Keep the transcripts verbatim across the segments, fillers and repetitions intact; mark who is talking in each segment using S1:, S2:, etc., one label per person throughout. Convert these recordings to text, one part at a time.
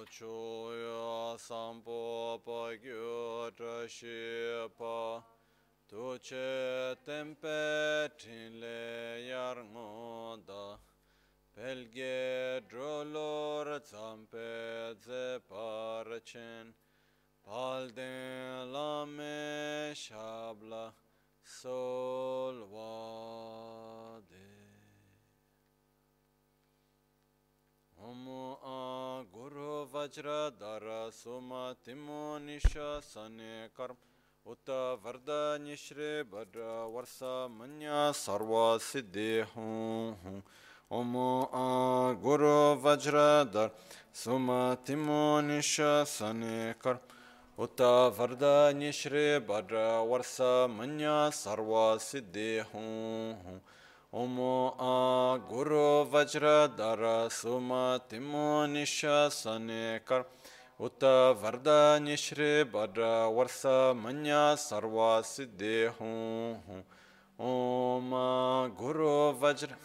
S1: Choya sampo pa gyo trashi pa tu che tempe trile yar ngoda pelge drolor zampe ze parchen palden lame shabla solvade Omu a Guru Vajra Dara Suma Timo Nisha Sane Karm Uta Varda Nishre Badra Varsa Manya Sarva Siddhi Hum Omu a Guru Vajra Dara Suma Timo Nisha Sane Karm Uta Varda Nishre Badra Varsa Manya Sarva Siddhi Hum Omo a Guru Vajra Dara Suma Timo Nisha Sane Kar Uta Varda Nishre Badra Varsa Manya Sarva Siddhi Hum Om a Guru Vajra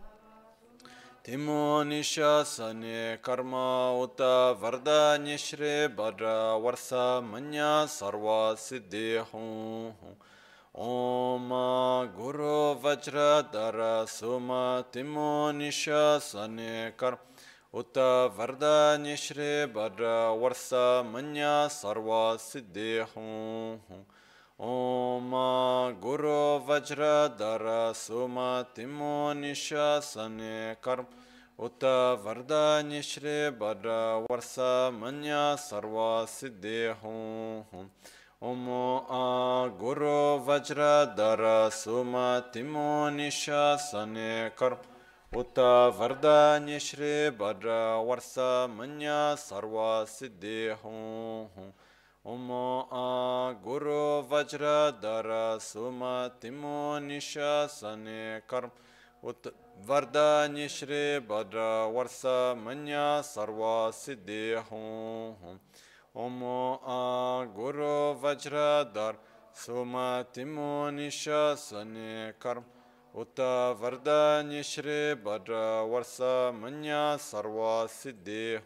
S1: Timo Nisha Sane Karma Uta Varda Nishre Badra Varsa Manya Sarva Siddhi Hum Om Guru Vajra Dara Suma Timo Nisha Sane Kar Uta Varda Nishre Badra Varsa Manya Sarva Siddhi Hum Om Guru Vajra Dara Suma Timo Nisha Sane Kar Uta Varda Nishre Badra Varsa Manya Sarva Siddhi Hum Omo a Guru Vajra Dara Suma Timo Nisha Sane Kar Uta Varda Nishre Badra Varsa Manya Sarva Siddhi Hum Omo a Guru Vajra Dara Suma Timo Nisha Sane Kar Uta Varda Nishre Badra Varsa Manya Sarva Siddhi Hum Omo a Guru Vajra Dar Suma Timo Nisha Sane Karm Uta Varda Nishre Badra Varsa Manya Sarva Siddhi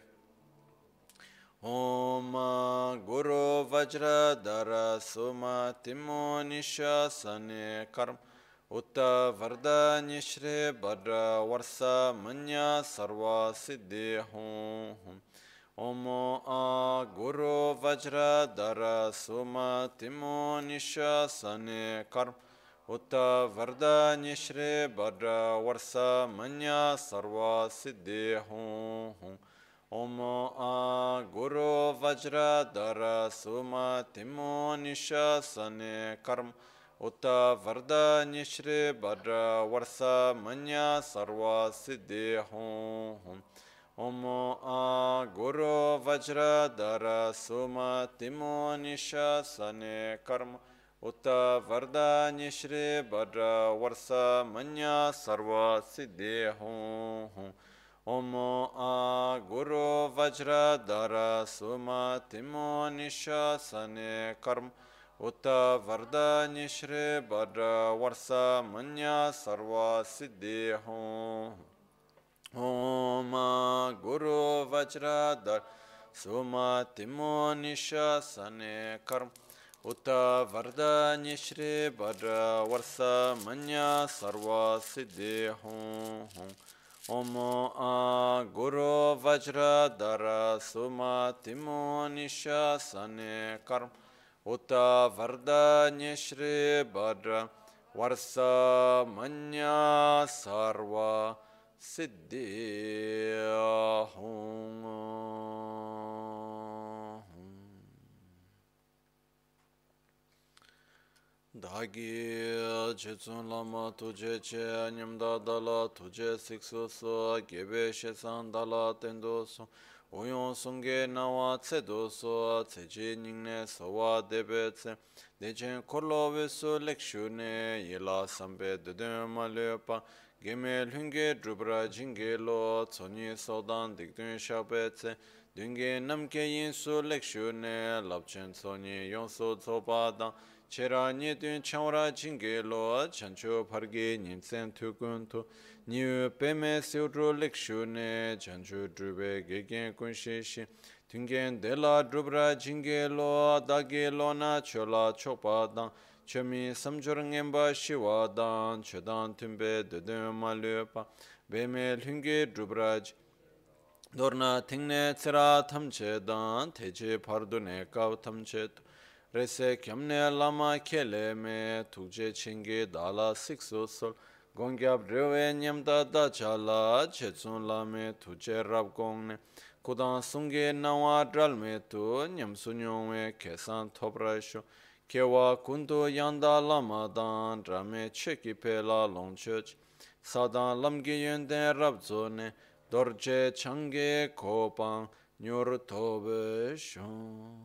S1: Om Guru Vajra Dara Suma Timo Nisha Sane Karm Uta Varda Nishre Badra Varsa Manya Sarva Siddhi Hum Omo a Guru Vajra Dara Suma Timo Nisha Sane Karm Uta Varda Nishre Badra Varsa Manya Sarva Siddhi Hum Omo a Guru Vajra Dara Suma Timo Nisha Sane Karm Uta Varda Nishre Badra Varsa Manya Sarva Siddhi Hum Omo a Guru Vajra Dara Suma Timo Nisha Sane Karma Uta Varda Nishre Badra Varsa Manya Sarva Siddhi Hum Omo a Guru Vajra Dara Suma Timo Nisha Sane Karma Uta Varda Nishre Badra Varsa Manya Sarva Siddhi Hum Om Guru Vajra Dar Suma Timo Nisha Sane Karm Uta Varda Nishre Badra Varsa Manya Sarva Siddhi Hum Om Guru Vajra Dara Suma Timo Nisha Sane Karm Uta Varda Nishre Badra Varsa Manya Sarva Siddhi Hum Dagi Jetsun Lama Tuje Che Anyamda Dala Tuje Siksu So Gebe Shesan Dala Tendo So Uyon Sunge Nawa Tsedo So Tseji Ningne Sowa Debe Tse Dejen Korlo Vesu Lekshune Yela Sambe Dudem Malepa Gemel Hunge Drubra Jingelo Tsoni Sodan Dikdun Shabetse Dunge Namke Yinsu Lekshune Lapchen Tsoni Yonso Tsopada Chera Nyedun Chanra Jingelo Chancho Parge Ninsen Tukuntu Niu Peme Sildro Lekshune Chancho Drube Gegen Kunshishi Tungen de la drupra jinge lo dage lo na chola chokpa dang chomi samchur ngenpa shiwa dang chodan tumbe dodon ma lupa beme lunge drupra dorna tingne tsira tamche dang teche pardune kav tamche rese kyamne lama kele me tukje chinge dala sikso sol gongyab rewe nyamda da chala chetsun lame tuche rab gongne Kudan sunge nawa dral me tu nyam sunyong we kesan topra sho kewa kundu yanda lama dan drame cheki pe la long church sadan lamge yenden rab zone dorje change kopang nyor tobe shon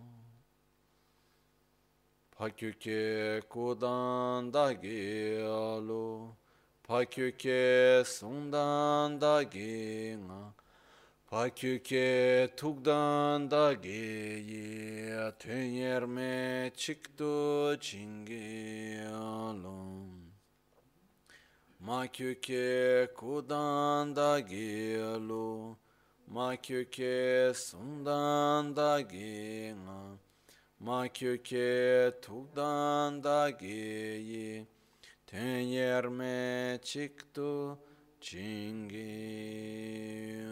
S1: pakyuke kudan dagi alu pakyuke sundan dagi nga Pakyuke tukdan da geyi tönyer me çıktı çingi alım. Makyuke kudan da gelu, makyuke sundan da gina, makyuke tukdan da geyi tönyer me çıktı Chingi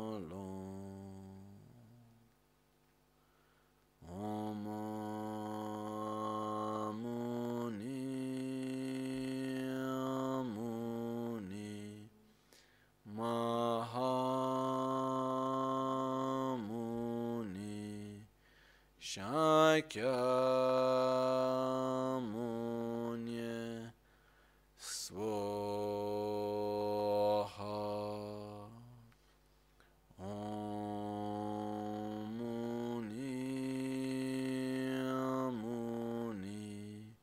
S1: Om Muni Muni Mahamuni Shakyamuni Swaha Om Muni Muni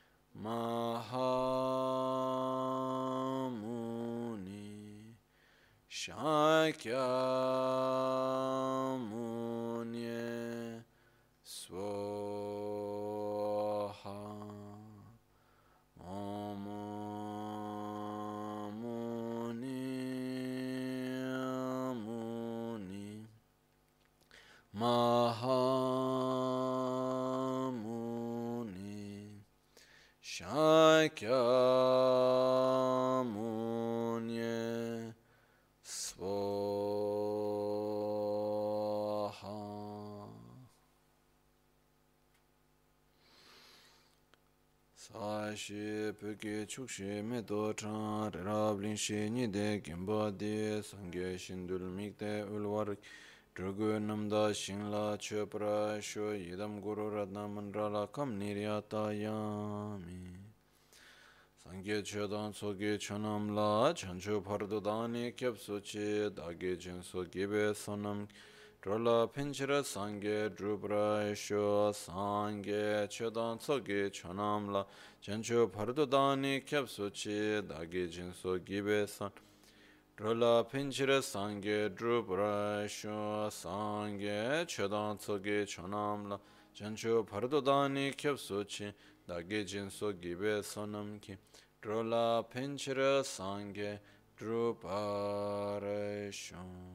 S1: Mahamuni Shakyamuni Swaha Om Mahamuni Shakyamuni Swaha Sashi Pöke Chukshi Medo Chan Rablin Shi Nide Gimba De Sangye Shindul Mikde Ulwarik Drugu Namda Shingla Chopra Sho Yidam Guru Radna Mandrala Kam Niryata Yami Sangye Chodan Soge Chonamla Chancho Pardodani Kyapsuchi Dage Jinso Gibe Sonam Drola Pinchira Sangye Drupra Sho Sangye Chodan Soge Chonamla Chancho Pardodani Kyapsuchi Dage Jinso Gibe Sonam Drola Pinchira Sangye Drupra Sho Sangye Chodan Soge Chonamla Chancho Pardodani Kyapsuchi Dage Jinso Gibe Sonam Ki Drola Pinchira Sangye Drupra Sho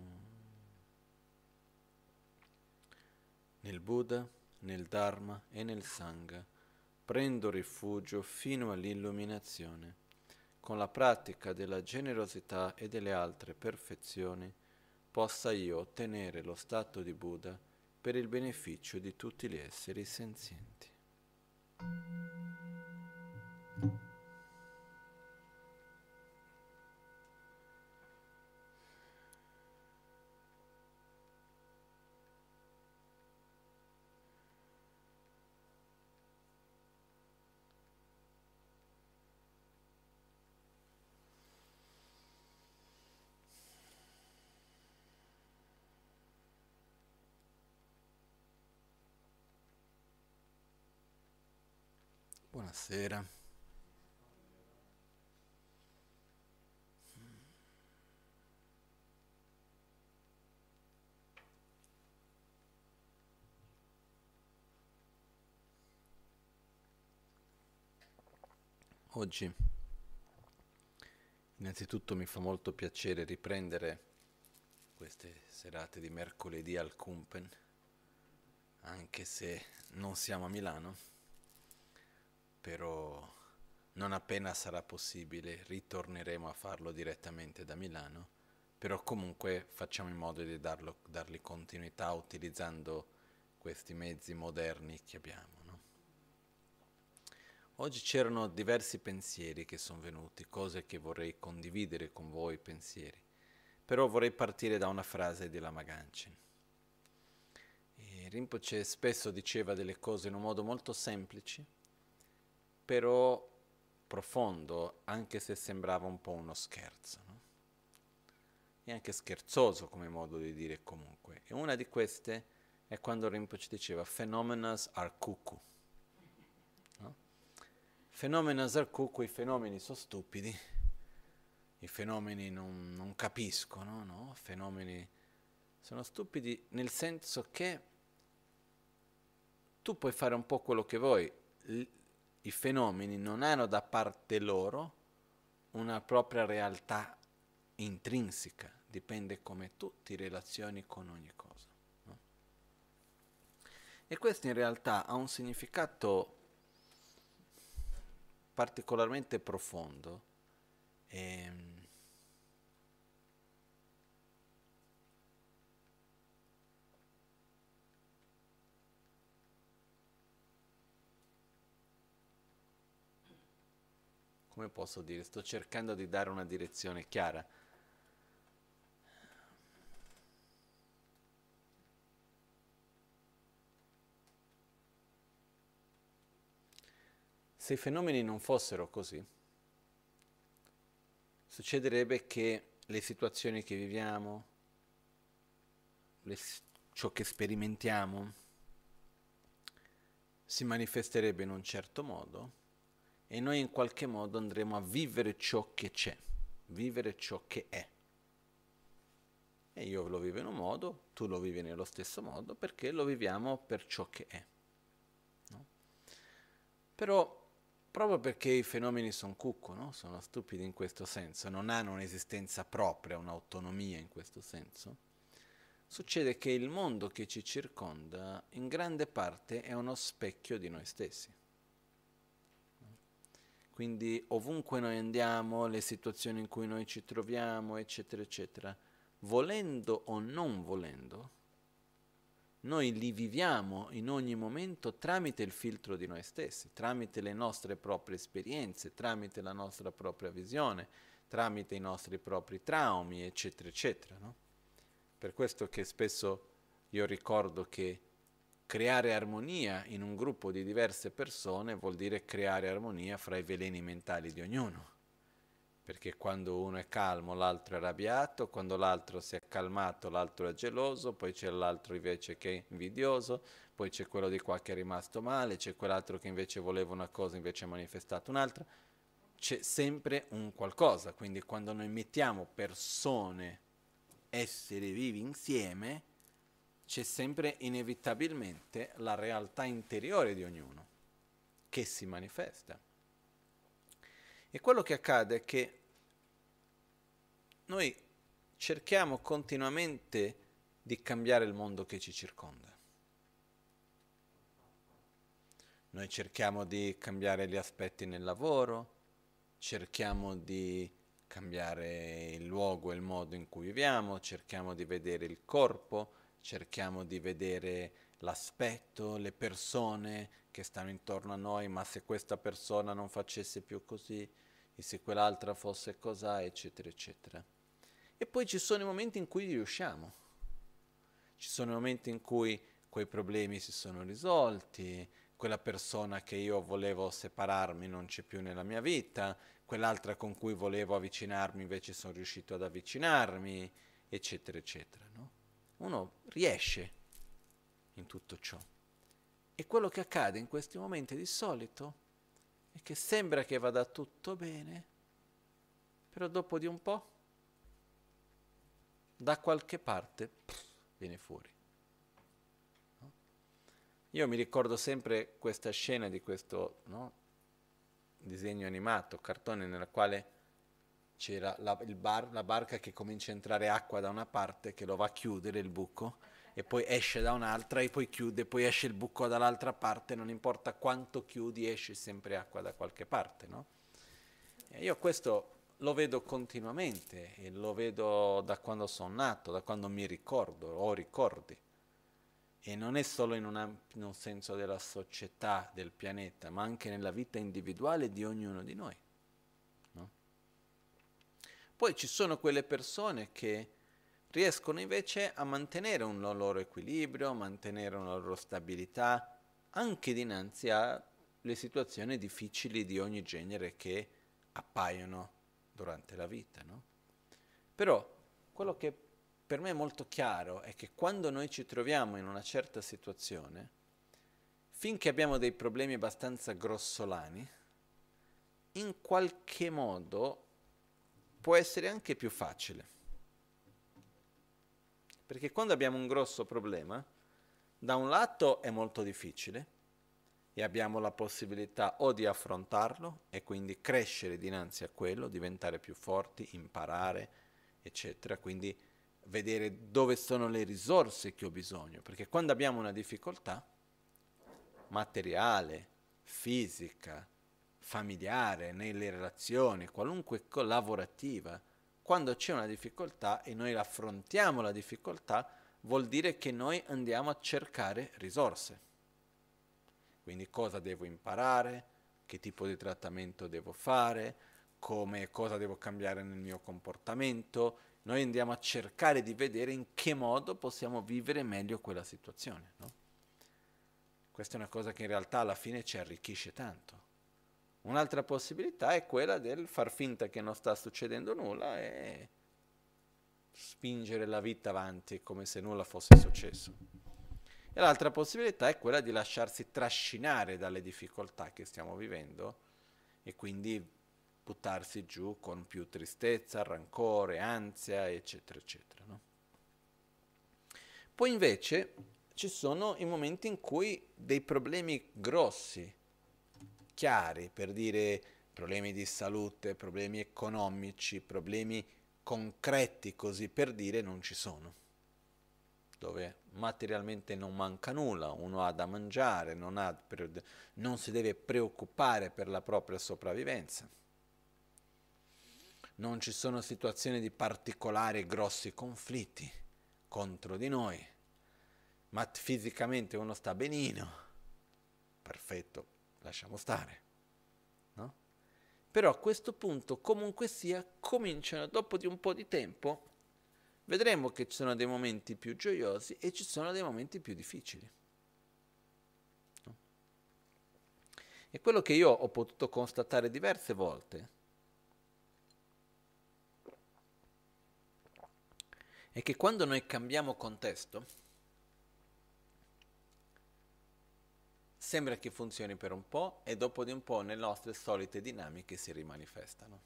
S1: Nel Buddha, nel Dharma e nel Sangha prendo rifugio fino all'illuminazione. Con la pratica della generosità e delle altre perfezioni possa io ottenere lo stato di Buddha per il beneficio di tutti gli esseri senzienti. Buonasera. Oggi innanzitutto mi fa molto piacere riprendere queste serate di mercoledì al Kumpen anche se non siamo a Milano, però non appena sarà possibile ritorneremo a farlo direttamente da Milano, però comunque facciamo in modo di darlo, dargli continuità utilizzando questi mezzi moderni che abbiamo, no? Oggi c'erano diversi pensieri che sono venuti, cose che vorrei condividere con voi, pensieri, però vorrei partire da una frase di Lama Ganchen. E Rinpoche spesso diceva delle cose in un modo molto semplice, però profondo, anche se sembrava un po' uno scherzo, no? E anche scherzoso come modo di dire comunque. E una di queste è quando Rinpoche diceva "Phenomenas are cuckoo". No? Phenomenas are cuckoo, i fenomeni sono stupidi, i fenomeni non, non capiscono, no? Fenomeni sono stupidi nel senso che tu puoi fare un po' quello che vuoi, L- i fenomeni non hanno da parte loro una propria realtà intrinseca, dipende come tu ti relazioni con ogni cosa, no? E questo in realtà ha un significato particolarmente profondo. E come posso dire, sto cercando di dare una direzione chiara. Se i fenomeni non fossero così, succederebbe che le situazioni che viviamo, le, ciò che sperimentiamo, si manifesterebbe in un certo modo e noi in qualche modo andremo a vivere ciò che c'è, vivere ciò che è. E io lo vivo in un modo, tu lo vivi nello stesso modo, perché lo viviamo per ciò che è, no? Però proprio perché i fenomeni sono cucco, no? Sono stupidi in questo senso, non hanno un'esistenza propria, un'autonomia in questo senso, succede che il mondo che ci circonda in grande parte è uno specchio di noi stessi. Quindi ovunque noi andiamo, le situazioni in cui noi ci troviamo, eccetera, eccetera, volendo o non volendo, noi li viviamo in ogni momento tramite il filtro di noi stessi, tramite le nostre proprie esperienze, tramite la nostra propria visione, tramite i nostri propri traumi, eccetera, eccetera, no? Per questo che spesso io ricordo che creare armonia in un gruppo di diverse persone vuol dire creare armonia fra i veleni mentali di ognuno. Perché quando uno è calmo l'altro è arrabbiato, quando l'altro si è calmato l'altro è geloso, poi c'è l'altro invece che è invidioso, poi c'è quello di qua che è rimasto male, c'è quell'altro che invece voleva una cosa invece ha manifestato un'altra. C'è sempre un qualcosa, quindi quando noi mettiamo persone, esseri vivi insieme, c'è sempre inevitabilmente la realtà interiore di ognuno che si manifesta. E quello che accade è che noi cerchiamo continuamente di cambiare il mondo che ci circonda. Noi cerchiamo di cambiare gli aspetti nel lavoro, cerchiamo di cambiare il luogo e il modo in cui viviamo, cerchiamo di vedere il corpo, cerchiamo di vedere l'aspetto, le persone che stanno intorno a noi, ma se questa persona non facesse più così, e se quell'altra fosse così, eccetera, eccetera. E poi ci sono i momenti in cui riusciamo, ci sono i momenti in cui quei problemi si sono risolti, quella persona che io volevo separarmi non c'è più nella mia vita, quell'altra con cui volevo avvicinarmi invece sono riuscito ad avvicinarmi, eccetera, eccetera, no? Uno riesce in tutto ciò. E quello che accade in questi momenti di solito è che sembra che vada tutto bene, però dopo di un po', da qualche parte, pff, viene fuori. No? Io mi ricordo sempre questa scena di questo, no, disegno animato, cartone, nella quale c'era la, il bar, la barca che comincia a entrare acqua da una parte, che lo va a chiudere il buco, e poi esce da un'altra e poi chiude, poi esce il buco dall'altra parte, non importa quanto chiudi, esce sempre acqua da qualche parte, no? E io questo lo vedo continuamente, e lo vedo da quando sono nato, da quando mi ricordo, ho ricordi. E non è solo in, una, in un senso della società, del pianeta, ma anche nella vita individuale di ognuno di noi. No? Poi ci sono quelle persone che riescono invece a mantenere un loro equilibrio, a mantenere una loro stabilità, anche dinanzi alle situazioni difficili di ogni genere che appaiono durante la vita. No? Però quello che per me è molto chiaro è che quando noi ci troviamo in una certa situazione, finché abbiamo dei problemi abbastanza grossolani, in qualche modo può essere anche più facile. Perché quando abbiamo un grosso problema, da un lato è molto difficile e abbiamo la possibilità o di affrontarlo e quindi crescere dinanzi a quello, diventare più forti, imparare, eccetera, quindi vedere dove sono le risorse che ho bisogno, perché quando abbiamo una difficoltà materiale, fisica, familiare, nelle relazioni, qualunque cosa lavorativa, quando c'è una difficoltà e noi affrontiamo la difficoltà, vuol dire che noi andiamo a cercare risorse. Quindi cosa devo imparare, che tipo di trattamento devo fare, come, cosa devo cambiare nel mio comportamento. Noi andiamo a cercare di vedere in che modo possiamo vivere meglio quella situazione. No? Questa è una cosa che in realtà alla fine ci arricchisce tanto. Un'altra possibilità è quella del far finta che non sta succedendo nulla e spingere la vita avanti come se nulla fosse successo. E l'altra possibilità è quella di lasciarsi trascinare dalle difficoltà che stiamo vivendo e quindi buttarsi giù con più tristezza, rancore, ansia, eccetera, eccetera. No? Poi invece ci sono i momenti in cui dei problemi grossi, chiari, per dire problemi di salute, problemi economici, problemi concreti, così per dire, non ci sono. Dove materialmente non manca nulla, uno ha da mangiare, non, ha, non si deve preoccupare per la propria sopravvivenza. Non ci sono situazioni di particolari grossi conflitti contro di noi, ma fisicamente uno sta benino, perfetto, lasciamo stare, no? Però a questo punto, comunque sia, cominciano, dopo di un po' di tempo, vedremo che ci sono dei momenti più gioiosi e ci sono dei momenti più difficili. No? E quello che io ho potuto constatare diverse volte è che quando noi cambiamo contesto, sembra che funzioni per un po' e dopo di un po' le nostre solite dinamiche si rimanifestano.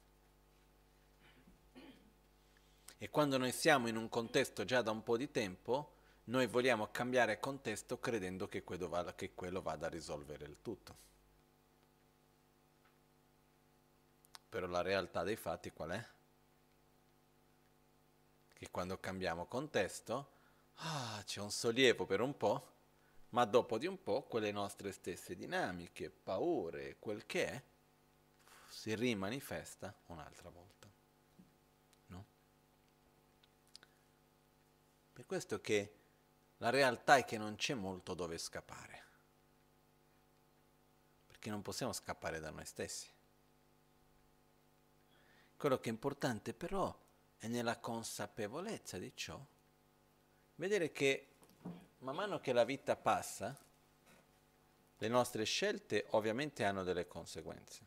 S1: E quando noi siamo in un contesto già da un po' di tempo, noi vogliamo cambiare contesto credendo che quello vada, che quello vada a risolvere il tutto. Però la realtà dei fatti qual è? Che quando cambiamo contesto, ah, c'è un sollievo per un po', ma dopo di un po' quelle nostre stesse dinamiche, paure, quel che è, si rimanifesta un'altra volta. No? Per questo che la realtà è che non c'è molto dove scappare, perché non possiamo scappare da noi stessi. Quello che è importante però è nella consapevolezza di ciò, vedere che man mano che la vita passa, le nostre scelte ovviamente hanno delle conseguenze.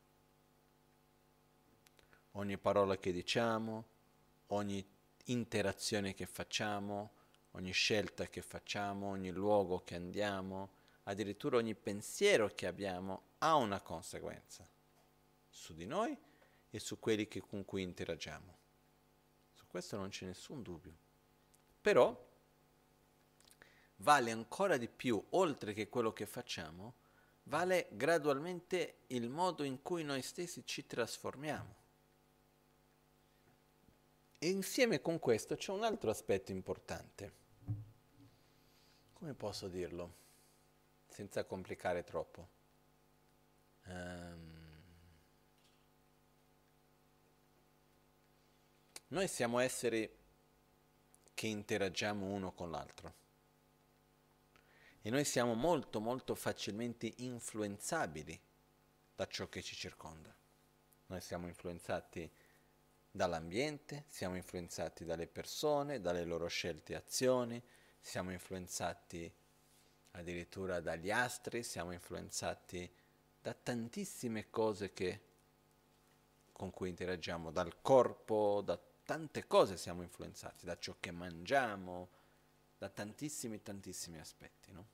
S1: Ogni parola che diciamo, ogni interazione che facciamo, ogni scelta che facciamo, ogni luogo che andiamo, addirittura ogni pensiero che abbiamo ha una conseguenza su di noi e su quelli che, con cui interagiamo. Su questo non c'è nessun dubbio. Però vale ancora di più, oltre che quello che facciamo, vale gradualmente il modo in cui noi stessi ci trasformiamo. E insieme con questo c'è un altro aspetto importante. come posso dirlo, senza complicare troppo? Um, noi siamo esseri che interagiamo uno con l'altro e noi siamo molto molto facilmente influenzabili da ciò che ci circonda. Noi siamo influenzati dall'ambiente, siamo influenzati dalle persone, dalle loro scelte e azioni, siamo influenzati addirittura dagli astri, siamo influenzati da tantissime cose che, con cui interagiamo, dal corpo, da tante cose siamo influenzati, da ciò che mangiamo, da tantissimi tantissimi aspetti, no?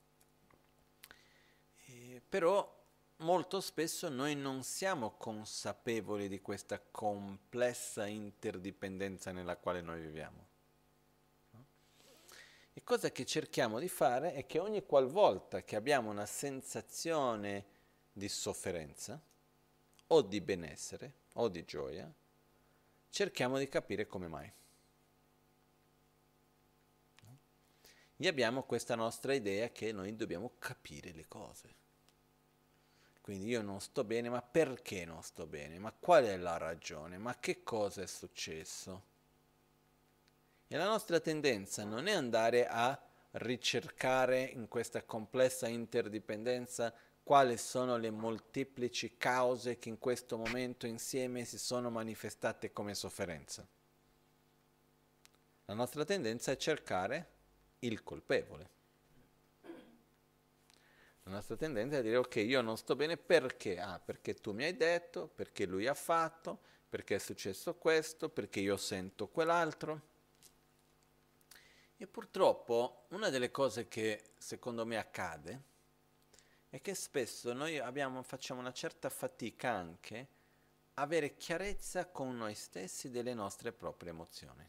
S1: E però molto spesso noi non siamo consapevoli di questa complessa interdipendenza nella quale noi viviamo. No? E cosa che cerchiamo di fare è che ogni qualvolta che abbiamo una sensazione di sofferenza o di benessere o di gioia, cerchiamo di capire come mai. No? E abbiamo questa nostra idea che noi dobbiamo capire le cose. Quindi io non sto bene, ma perché non sto bene? Ma qual è la ragione? Ma che cosa è successo? E la nostra tendenza non è andare a ricercare in questa complessa interdipendenza quali sono le molteplici cause che in questo momento insieme si sono manifestate come sofferenza. La nostra tendenza è cercare il colpevole. La nostra tendenza è dire ok, io non sto bene perché? Ah, perché tu mi hai detto, perché lui ha fatto, perché è successo questo, perché io sento quell'altro. E purtroppo una delle cose che secondo me accade è che spesso noi abbiamo, facciamo una certa fatica anche a avere chiarezza con noi stessi delle nostre proprie emozioni.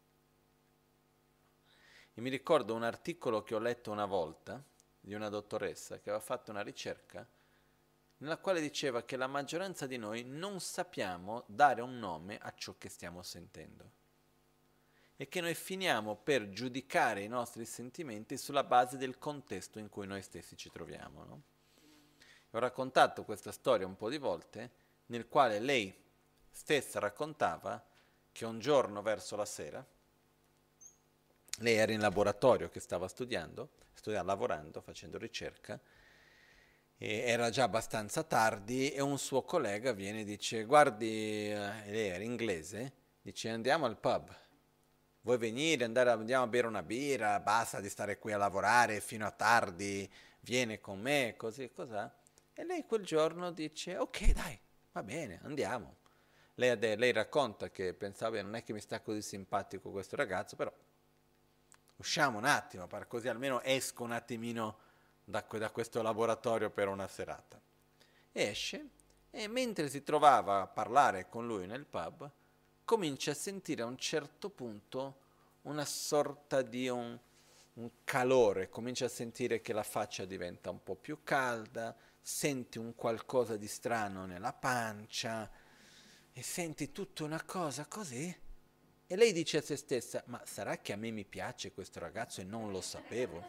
S1: E mi ricordo un articolo che ho letto una volta di una dottoressa che aveva fatto una ricerca nella quale diceva che la maggioranza di noi non sappiamo dare un nome a ciò che stiamo sentendo e che noi finiamo per giudicare i nostri sentimenti sulla base del contesto in cui noi stessi ci troviamo, no? Ho raccontato questa storia un po' di volte, nel quale lei stessa raccontava che un giorno verso la sera lei era in laboratorio che stava studiando, studiando, lavorando, facendo ricerca, e era già abbastanza tardi e un suo collega viene e dice guardi, eh, lei era inglese, dice andiamo al pub, vuoi venire, andare, andiamo a bere una birra, basta di stare qui a lavorare fino a tardi, vieni con me, così, cos'ha? E lei quel giorno dice ok dai, va bene, andiamo. Lei, lei racconta che pensava non è che mi sta così simpatico questo ragazzo, però usciamo un attimo, per così almeno esco un attimino da, da questo laboratorio per una serata. Esce e mentre si trovava a parlare con lui nel pub, comincia a sentire a un certo punto una sorta di un, un calore, comincia a sentire che la faccia diventa un po' più calda, senti un qualcosa di strano nella pancia e senti tutta una cosa così. E lei dice a se stessa, ma sarà che a me mi piace questo ragazzo e non lo sapevo?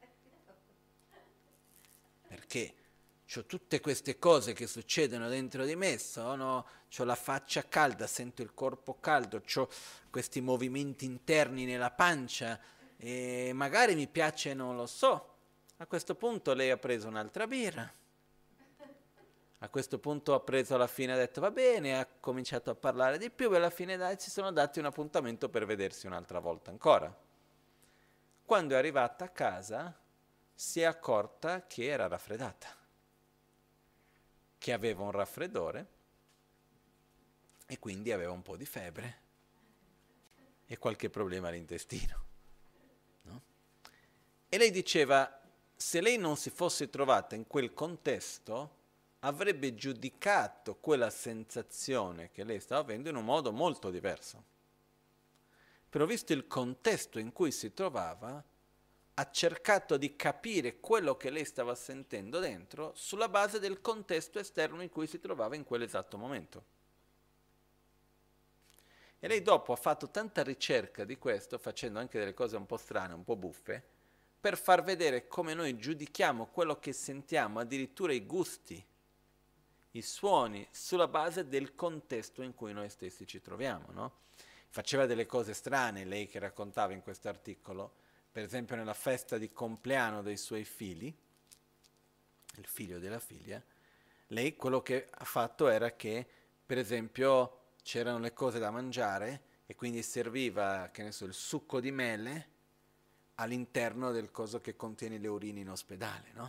S1: Perché c'ho tutte queste cose che succedono dentro di me, sono, c'ho la faccia calda, sento il corpo caldo, c'ho questi movimenti interni nella pancia e magari mi piace, non lo so. A questo punto lei ha preso un'altra birra. A questo punto ha preso alla fine, ha detto va bene, ha cominciato a parlare di più e alla fine dai, si sono dati un appuntamento per vedersi un'altra volta ancora. Quando è arrivata a casa si è accorta che era raffreddata, che aveva un raffreddore e quindi aveva un po' di febbre e qualche problema all'intestino, no? E lei diceva, se lei non si fosse trovata in quel contesto, avrebbe giudicato quella sensazione che lei stava avendo in un modo molto diverso. Però visto il contesto in cui si trovava, ha cercato di capire quello che lei stava sentendo dentro sulla base del contesto esterno in cui si trovava in quell'esatto momento. E lei dopo ha fatto tanta ricerca di questo, facendo anche delle cose un po' strane, un po' buffe, per far vedere come noi giudichiamo quello che sentiamo, addirittura i gusti, i suoni, sulla base del contesto in cui noi stessi ci troviamo, no? Faceva delle cose strane, lei che raccontava in questo articolo, per esempio nella festa di compleanno dei suoi figli, il figlio della figlia, lei quello che ha fatto era che, per esempio, c'erano le cose da mangiare e quindi serviva, che ne so, il succo di mele all'interno del coso che contiene le urine in ospedale, no?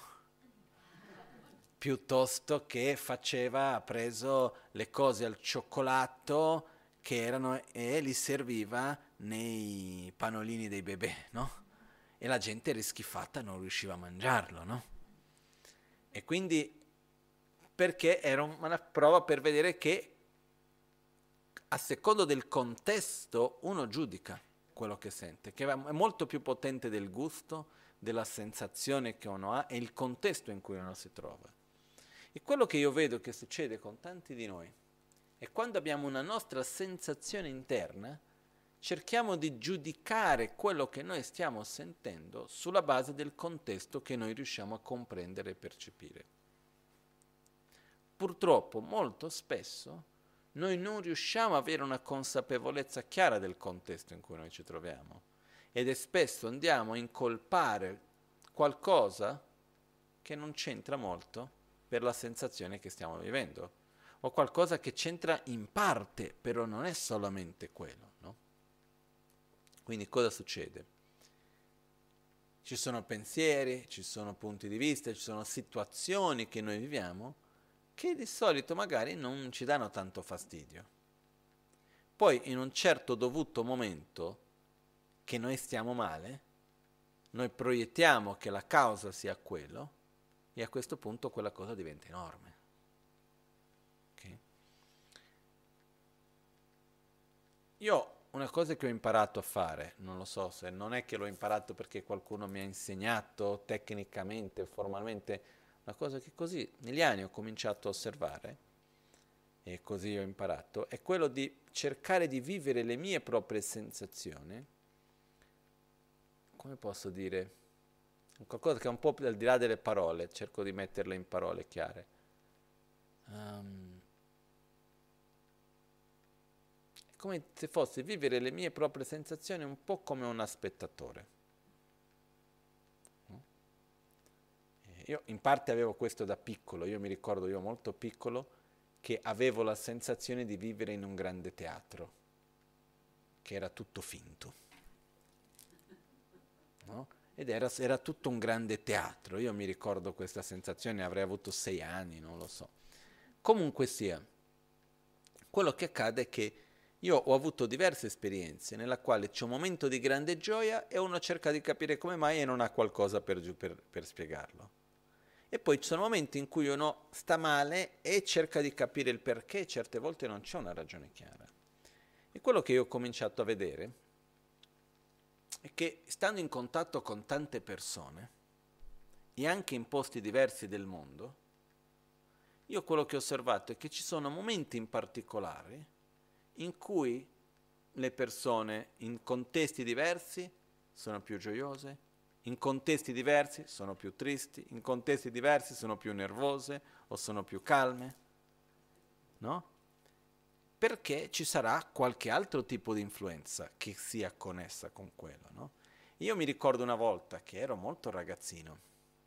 S1: Piuttosto che faceva, ha preso le cose al cioccolato che erano e li serviva nei panolini dei bebè, no? E la gente era schifata, non riusciva a mangiarlo, no? E quindi perché era una prova per vedere che a secondo del contesto uno giudica quello che sente, che è molto più potente del gusto, della sensazione che uno ha e il contesto in cui uno si trova. E quello che io vedo che succede con tanti di noi è quando abbiamo una nostra sensazione interna, cerchiamo di giudicare quello che noi stiamo sentendo sulla base del contesto che noi riusciamo a comprendere e percepire. Purtroppo, molto spesso, noi non riusciamo ad avere una consapevolezza chiara del contesto in cui noi ci troviamo ed è spesso andiamo a incolpare qualcosa che non c'entra molto per la sensazione che stiamo vivendo o qualcosa che c'entra in parte, però non è solamente quello, no? Quindi cosa succede? Ci sono pensieri, ci sono punti di vista, ci sono situazioni che noi viviamo che di solito magari non ci danno tanto fastidio. Poi in un certo dovuto momento che noi stiamo male, noi proiettiamo che la causa sia quello e a questo punto quella cosa diventa enorme. Okay? Io una cosa che ho imparato a fare, non lo so se non è che l'ho imparato perché qualcuno mi ha insegnato tecnicamente, formalmente, una cosa che così negli anni ho cominciato a osservare e così ho imparato, è quello di cercare di vivere le mie proprie sensazioni, come posso dire, qualcosa che è un po' al di là delle parole, cerco di metterle in parole chiare. Um, è come se fosse vivere le mie proprie sensazioni un po' come un spettatore. Io in parte avevo questo da piccolo, io mi ricordo io molto piccolo che avevo la sensazione di vivere in un grande teatro, che era tutto finto, no? Ed era, era tutto un grande teatro, io mi ricordo questa sensazione, avrei avuto sei anni, non lo so. Comunque sia, quello che accade è che io ho avuto diverse esperienze nella quale c'è un momento di grande gioia e uno cerca di capire come mai e non ha qualcosa per, giù per, per spiegarlo. E poi ci sono momenti in cui uno sta male e cerca di capire il perché, certe volte non c'è una ragione chiara. E quello che io ho cominciato a vedere è che stando in contatto con tante persone e anche in posti diversi del mondo, io quello che ho osservato è che ci sono momenti in particolare in cui le persone in contesti diversi sono più gioiose, in contesti diversi sono più tristi, in contesti diversi sono più nervose o sono più calme, no? Perché ci sarà qualche altro tipo di influenza che sia connessa con quello, no? Io mi ricordo una volta che ero molto ragazzino,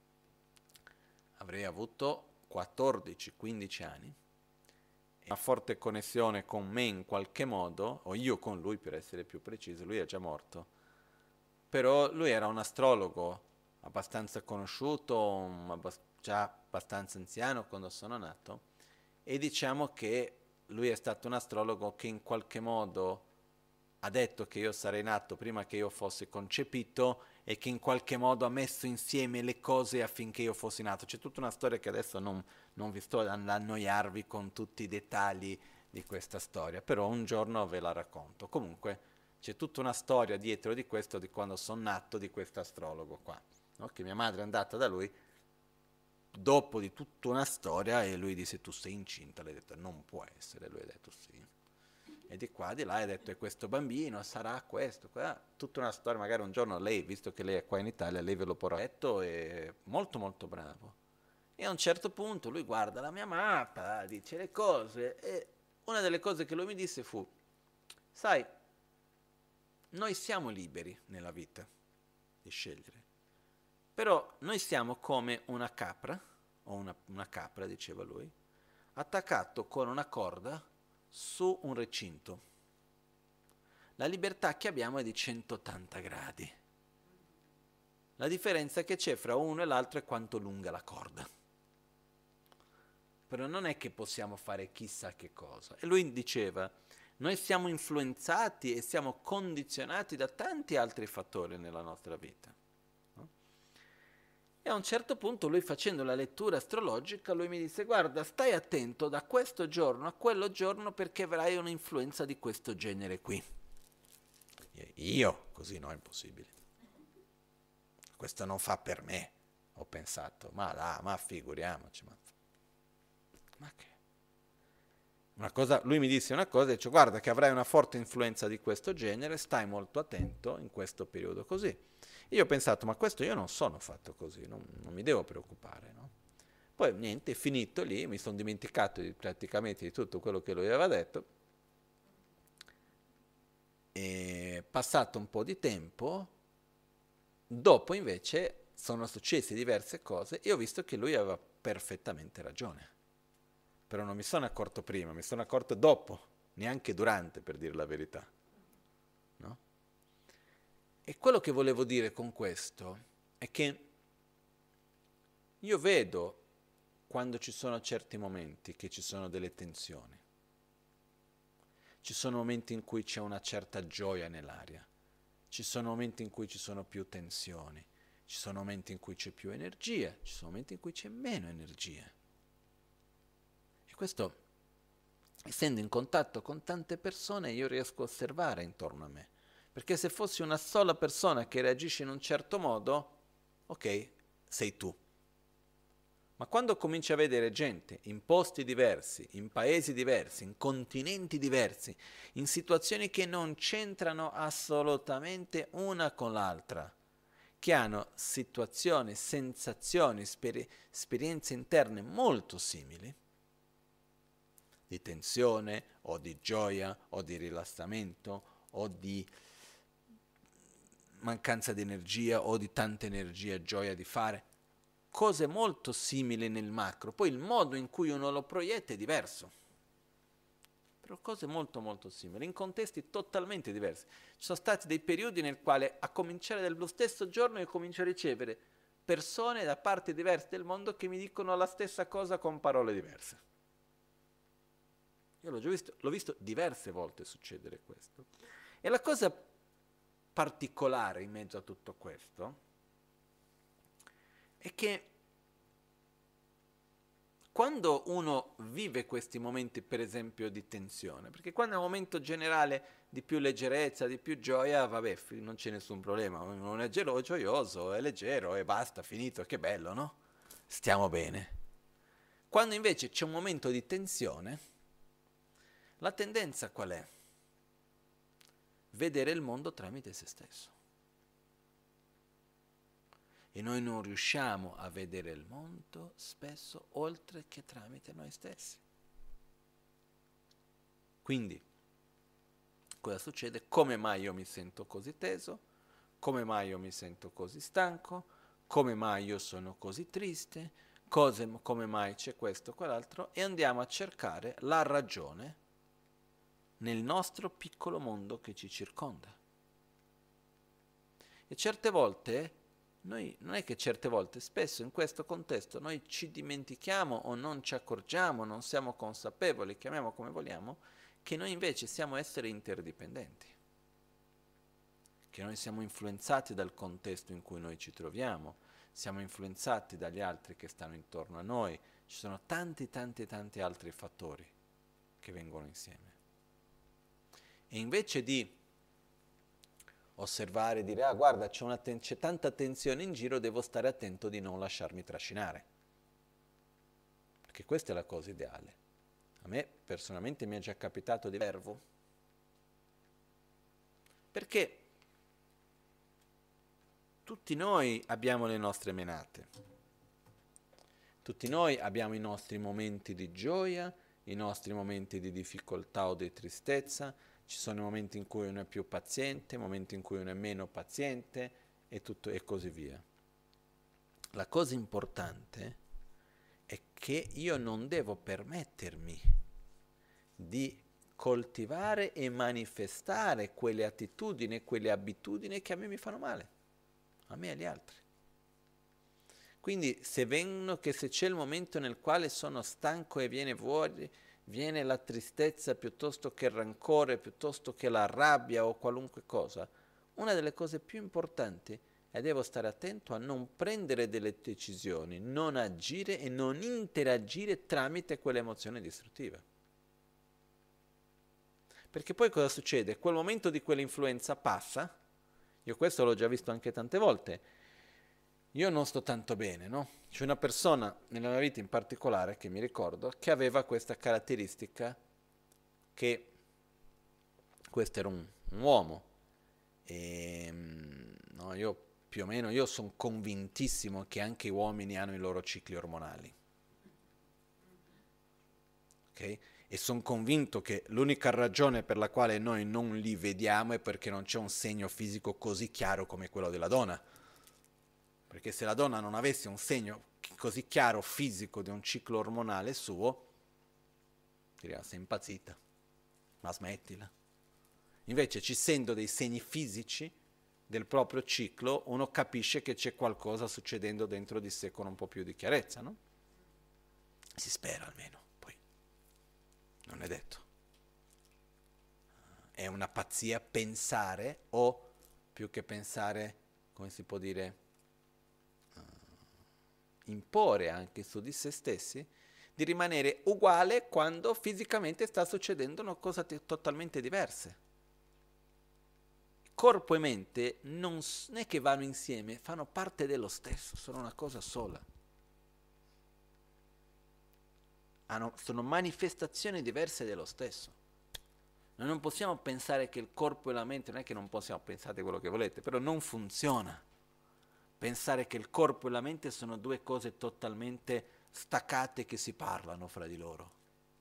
S1: avrei avuto quattordici quindici anni, una forte connessione con me in qualche modo, o io con lui per essere più preciso, lui è già morto, però lui era un astrologo abbastanza conosciuto, abbast- già abbastanza anziano quando sono nato, e diciamo che lui è stato un astrologo che in qualche modo ha detto che io sarei nato prima che io fossi concepito e che in qualche modo ha messo insieme le cose affinché io fossi nato. C'è tutta una storia che adesso non, non vi sto ad annoiarvi con tutti i dettagli di questa storia, però un giorno ve la racconto. Comunque c'è tutta una storia dietro di questo, di quando sono nato, di questo astrologo qua, no? Che mia madre è andata da lui dopo di tutta una storia e lui disse tu sei incinta, lei ha detto non può essere, lui ha detto sì. e di qua, di là, e ha detto, e questo bambino sarà questo, qua. Tutta una storia, magari un giorno lei, visto che lei è qua in Italia, lei ve lo porrà detto, è molto molto bravo. E a un certo punto lui guarda la mia mappa, dice le cose, e una delle cose che lui mi disse fu, sai, noi siamo liberi nella vita di scegliere, però noi siamo come una capra, o una, una capra, diceva lui, attaccato con una corda su un recinto. La libertà che abbiamo è di centottanta gradi. La differenza che c'è fra uno e l'altro è quanto lunga la corda. Però non è che possiamo fare chissà che cosa. E lui diceva, noi siamo influenzati e siamo condizionati da tanti altri fattori nella nostra vita. No? E a un certo punto lui, facendo la lettura astrologica, lui mi disse, guarda, stai attento da questo giorno a quello giorno perché avrai un'influenza di questo genere qui. E io? Così no, è impossibile. Questo non fa per me, ho pensato. Ma là, ma figuriamoci. Ma, ma che? Una cosa, lui mi disse una cosa e dice, guarda che avrai una forte influenza di questo genere, stai molto attento in questo periodo così. Io ho pensato, ma questo io non sono fatto così, non, non mi devo preoccupare, no? Poi niente, è finito lì, mi sono dimenticato di, praticamente di tutto quello che lui aveva detto. E passato un po' di tempo, dopo invece sono successe diverse cose e ho visto che lui aveva perfettamente ragione. Però non mi sono accorto prima, mi sono accorto dopo, neanche durante, per dire la verità. No? E quello che volevo dire con questo è che io vedo quando ci sono certi momenti che ci sono delle tensioni. Ci sono momenti in cui c'è una certa gioia nell'aria, ci sono momenti in cui ci sono più tensioni, ci sono momenti in cui c'è più energia, ci sono momenti in cui c'è meno energia. E questo, essendo in contatto con tante persone, io riesco a osservare intorno a me. Perché se fossi una sola persona che reagisce in un certo modo, ok, sei tu. Ma quando cominci a vedere gente in posti diversi, in paesi diversi, in continenti diversi, in situazioni che non c'entrano assolutamente una con l'altra, che hanno situazioni, sensazioni, speri- esperienze interne molto simili, di tensione o di gioia o di rilassamento o di mancanza di energia o di tanta energia e gioia di fare, cose molto simili nel macro, poi il modo in cui uno lo proietta è diverso, però cose molto molto simili, in contesti totalmente diversi. Ci sono stati dei periodi nel quale a cominciare dallo stesso giorno io comincio a ricevere persone da parti diverse del mondo che mi dicono la stessa cosa con parole diverse. Io l'ho già visto, l'ho visto diverse volte succedere questo. E la cosa particolare in mezzo a tutto questo è che quando uno vive questi momenti, per esempio, di tensione, perché quando è un momento generale di più leggerezza, di più gioia, vabbè, non c'è nessun problema, non è gelo, gioioso, è leggero e basta, finito, che bello, no? Stiamo bene. Quando invece c'è un momento di tensione, la tendenza qual è? Vedere il mondo tramite se stesso. E noi non riusciamo a vedere il mondo spesso oltre che tramite noi stessi. Quindi, cosa succede? Come mai io mi sento così teso? Come mai io mi sento così stanco? Come mai io sono così triste? Cose, come mai c'è questo o quell'altro? E andiamo a cercare la ragione nel nostro piccolo mondo che ci circonda. E certe volte, noi non è che certe volte, spesso in questo contesto noi ci dimentichiamo o non ci accorgiamo, non siamo consapevoli, chiamiamo come vogliamo, che noi invece siamo esseri interdipendenti, che noi siamo influenzati dal contesto in cui noi ci troviamo, siamo influenzati dagli altri che stanno intorno a noi, ci sono tanti tanti tanti altri fattori che vengono insieme. E invece di osservare e dire, ah guarda c'è, una ten- c'è tanta tensione in giro, devo stare attento di non lasciarmi trascinare. Perché questa è la cosa ideale. A me personalmente mi è già capitato di vervo,
S2: Perché tutti noi abbiamo le nostre menate, tutti noi abbiamo i nostri momenti di gioia, i nostri momenti di difficoltà o di tristezza, ci sono momenti in cui uno è più paziente, momenti in cui uno è meno paziente e, tutto, e così via. La cosa importante è che io non devo permettermi di coltivare e manifestare quelle attitudini e quelle abitudini che a me mi fanno male, a me e agli altri. Quindi se vengono, che se c'è il momento nel quale sono stanco e viene fuori, viene la tristezza piuttosto che il rancore, piuttosto che la rabbia o qualunque cosa, una delle cose più importanti è devo stare attento a non prendere delle decisioni, non agire e non interagire tramite quell'emozione distruttiva. Perché poi cosa succede? Quel momento di quell'influenza passa, io questo l'ho già visto anche tante volte, io non sto tanto bene, no? C'è una persona nella mia vita in particolare che mi ricordo che aveva questa caratteristica che questo era un, un uomo e no, io più o meno io sono convintissimo che anche gli uomini hanno i loro cicli ormonali, ok? E sono convinto che l'unica ragione per la quale noi non li vediamo è perché non c'è un segno fisico così chiaro come quello della donna. Perché se la donna non avesse un segno così chiaro fisico di un ciclo ormonale suo, direi sei impazzita, ma smettila. Invece ci essendo dei segni fisici del proprio ciclo, uno capisce che c'è qualcosa succedendo dentro di sé con un po' più di chiarezza, no? Si spera almeno. Non è detto. È una pazzia pensare, o più che pensare, come si può dire, uh, imporre anche su di se stessi, di rimanere uguale quando fisicamente sta succedendo una cosa t- totalmente diverse. Corpo e mente non è che vanno insieme, fanno parte dello stesso, sono una cosa sola. Hanno, sono manifestazioni diverse dello stesso. Noi non possiamo pensare che il corpo e la mente, non è che non possiamo pensare quello che volete, però non funziona. Pensare che il corpo e la mente sono due cose totalmente staccate che si parlano fra di loro.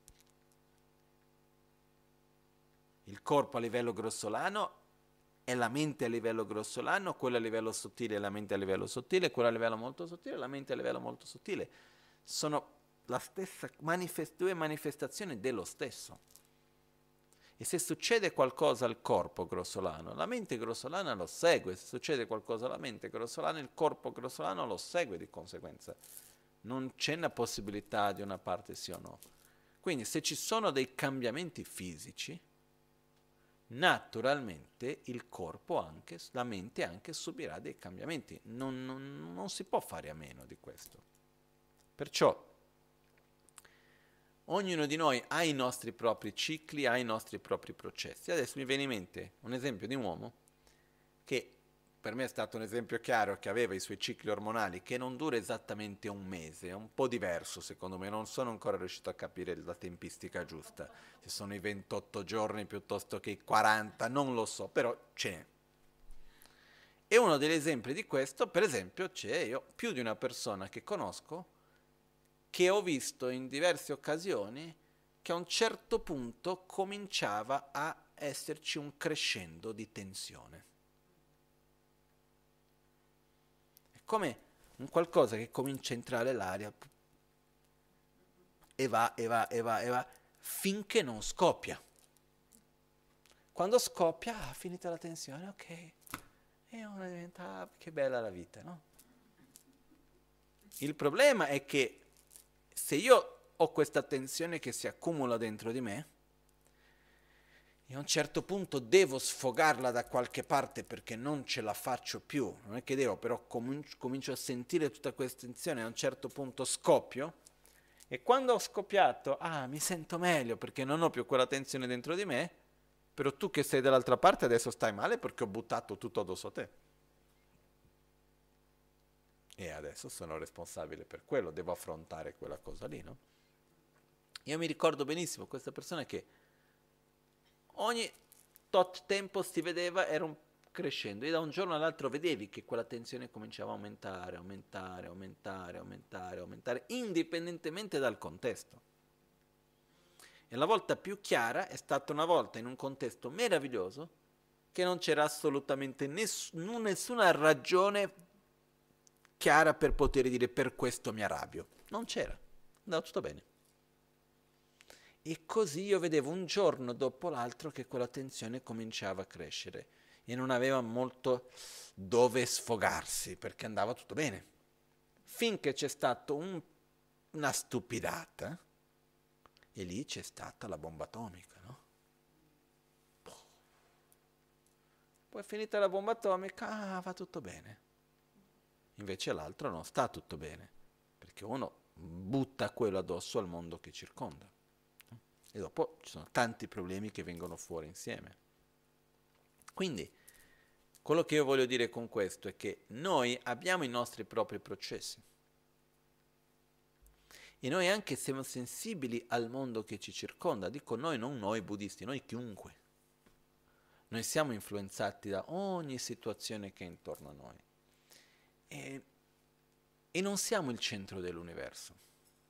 S2: Il corpo a livello grossolano e la mente a livello grossolano, quello a livello sottile e la mente a livello sottile, quello a livello molto sottile e la mente a livello molto sottile. Sono la stessa manifest- due manifestazioni dello stesso. E se succede qualcosa al corpo grossolano, la mente grossolana lo segue. Se succede qualcosa alla mente grossolana, il corpo grossolano lo segue di conseguenza. Non c'è una possibilità di una parte sì o no. Quindi se ci sono dei cambiamenti fisici, naturalmente il corpo anche, la mente anche subirà dei cambiamenti. Non, non, non si può fare a meno di questo. Perciò ognuno di noi ha i nostri propri cicli, ha i nostri propri processi. Adesso mi viene in mente un esempio di un uomo che per me è stato un esempio chiaro, che aveva i suoi cicli ormonali, che non dura esattamente un mese, è un po' diverso secondo me, non sono ancora riuscito a capire la tempistica giusta, se sono i ventotto giorni piuttosto che i quaranta, non lo so, però ce n'è. E uno degli esempi di questo, per esempio, c'è io, più di una persona che conosco, che ho visto in diverse occasioni che a un certo punto cominciava a esserci un crescendo di tensione. È come un qualcosa che comincia a entrare l'aria e va, e va, e va, e va, finché non scoppia. Quando scoppia, ah, finita la tensione, ok, e uno diventa, ah, che bella la vita, no? Il problema è che se io ho questa tensione che si accumula dentro di me e a un certo punto devo sfogarla da qualche parte perché non ce la faccio più, non è che devo, però comincio, comincio a sentire tutta questa tensione, a un certo punto scoppio e quando ho scoppiato, ah, mi sento meglio perché non ho più quella tensione dentro di me, però tu che sei dall'altra parte adesso stai male perché ho buttato tutto addosso a te. E adesso sono responsabile per quello, devo affrontare quella cosa lì, no? Io mi ricordo benissimo questa persona che ogni tot tempo si vedeva, era un crescendo, e da un giorno all'altro vedevi che quella tensione cominciava a aumentare, aumentare, aumentare, aumentare, aumentare, indipendentemente dal contesto. E la volta più chiara è stata una volta in un contesto meraviglioso che non c'era assolutamente ness- nessuna ragione chiara per poter dire per questo mi arrabbio. Non c'era, andava tutto bene. E così io vedevo un giorno dopo l'altro che quella tensione cominciava a crescere e non aveva molto dove sfogarsi perché andava tutto bene. Finché c'è stata un, una stupidata e lì c'è stata la bomba atomica, no? Poi finita la bomba atomica, ah, va tutto bene. Invece l'altro non sta tutto bene, perché uno butta quello addosso al mondo che circonda. E dopo ci sono tanti problemi che vengono fuori insieme. Quindi, quello che io voglio dire con questo è che noi abbiamo i nostri propri processi. E noi anche siamo sensibili al mondo che ci circonda. Dico noi, non noi buddisti, noi chiunque. Noi siamo influenzati da ogni situazione che è intorno a noi. E, e non siamo il centro dell'universo.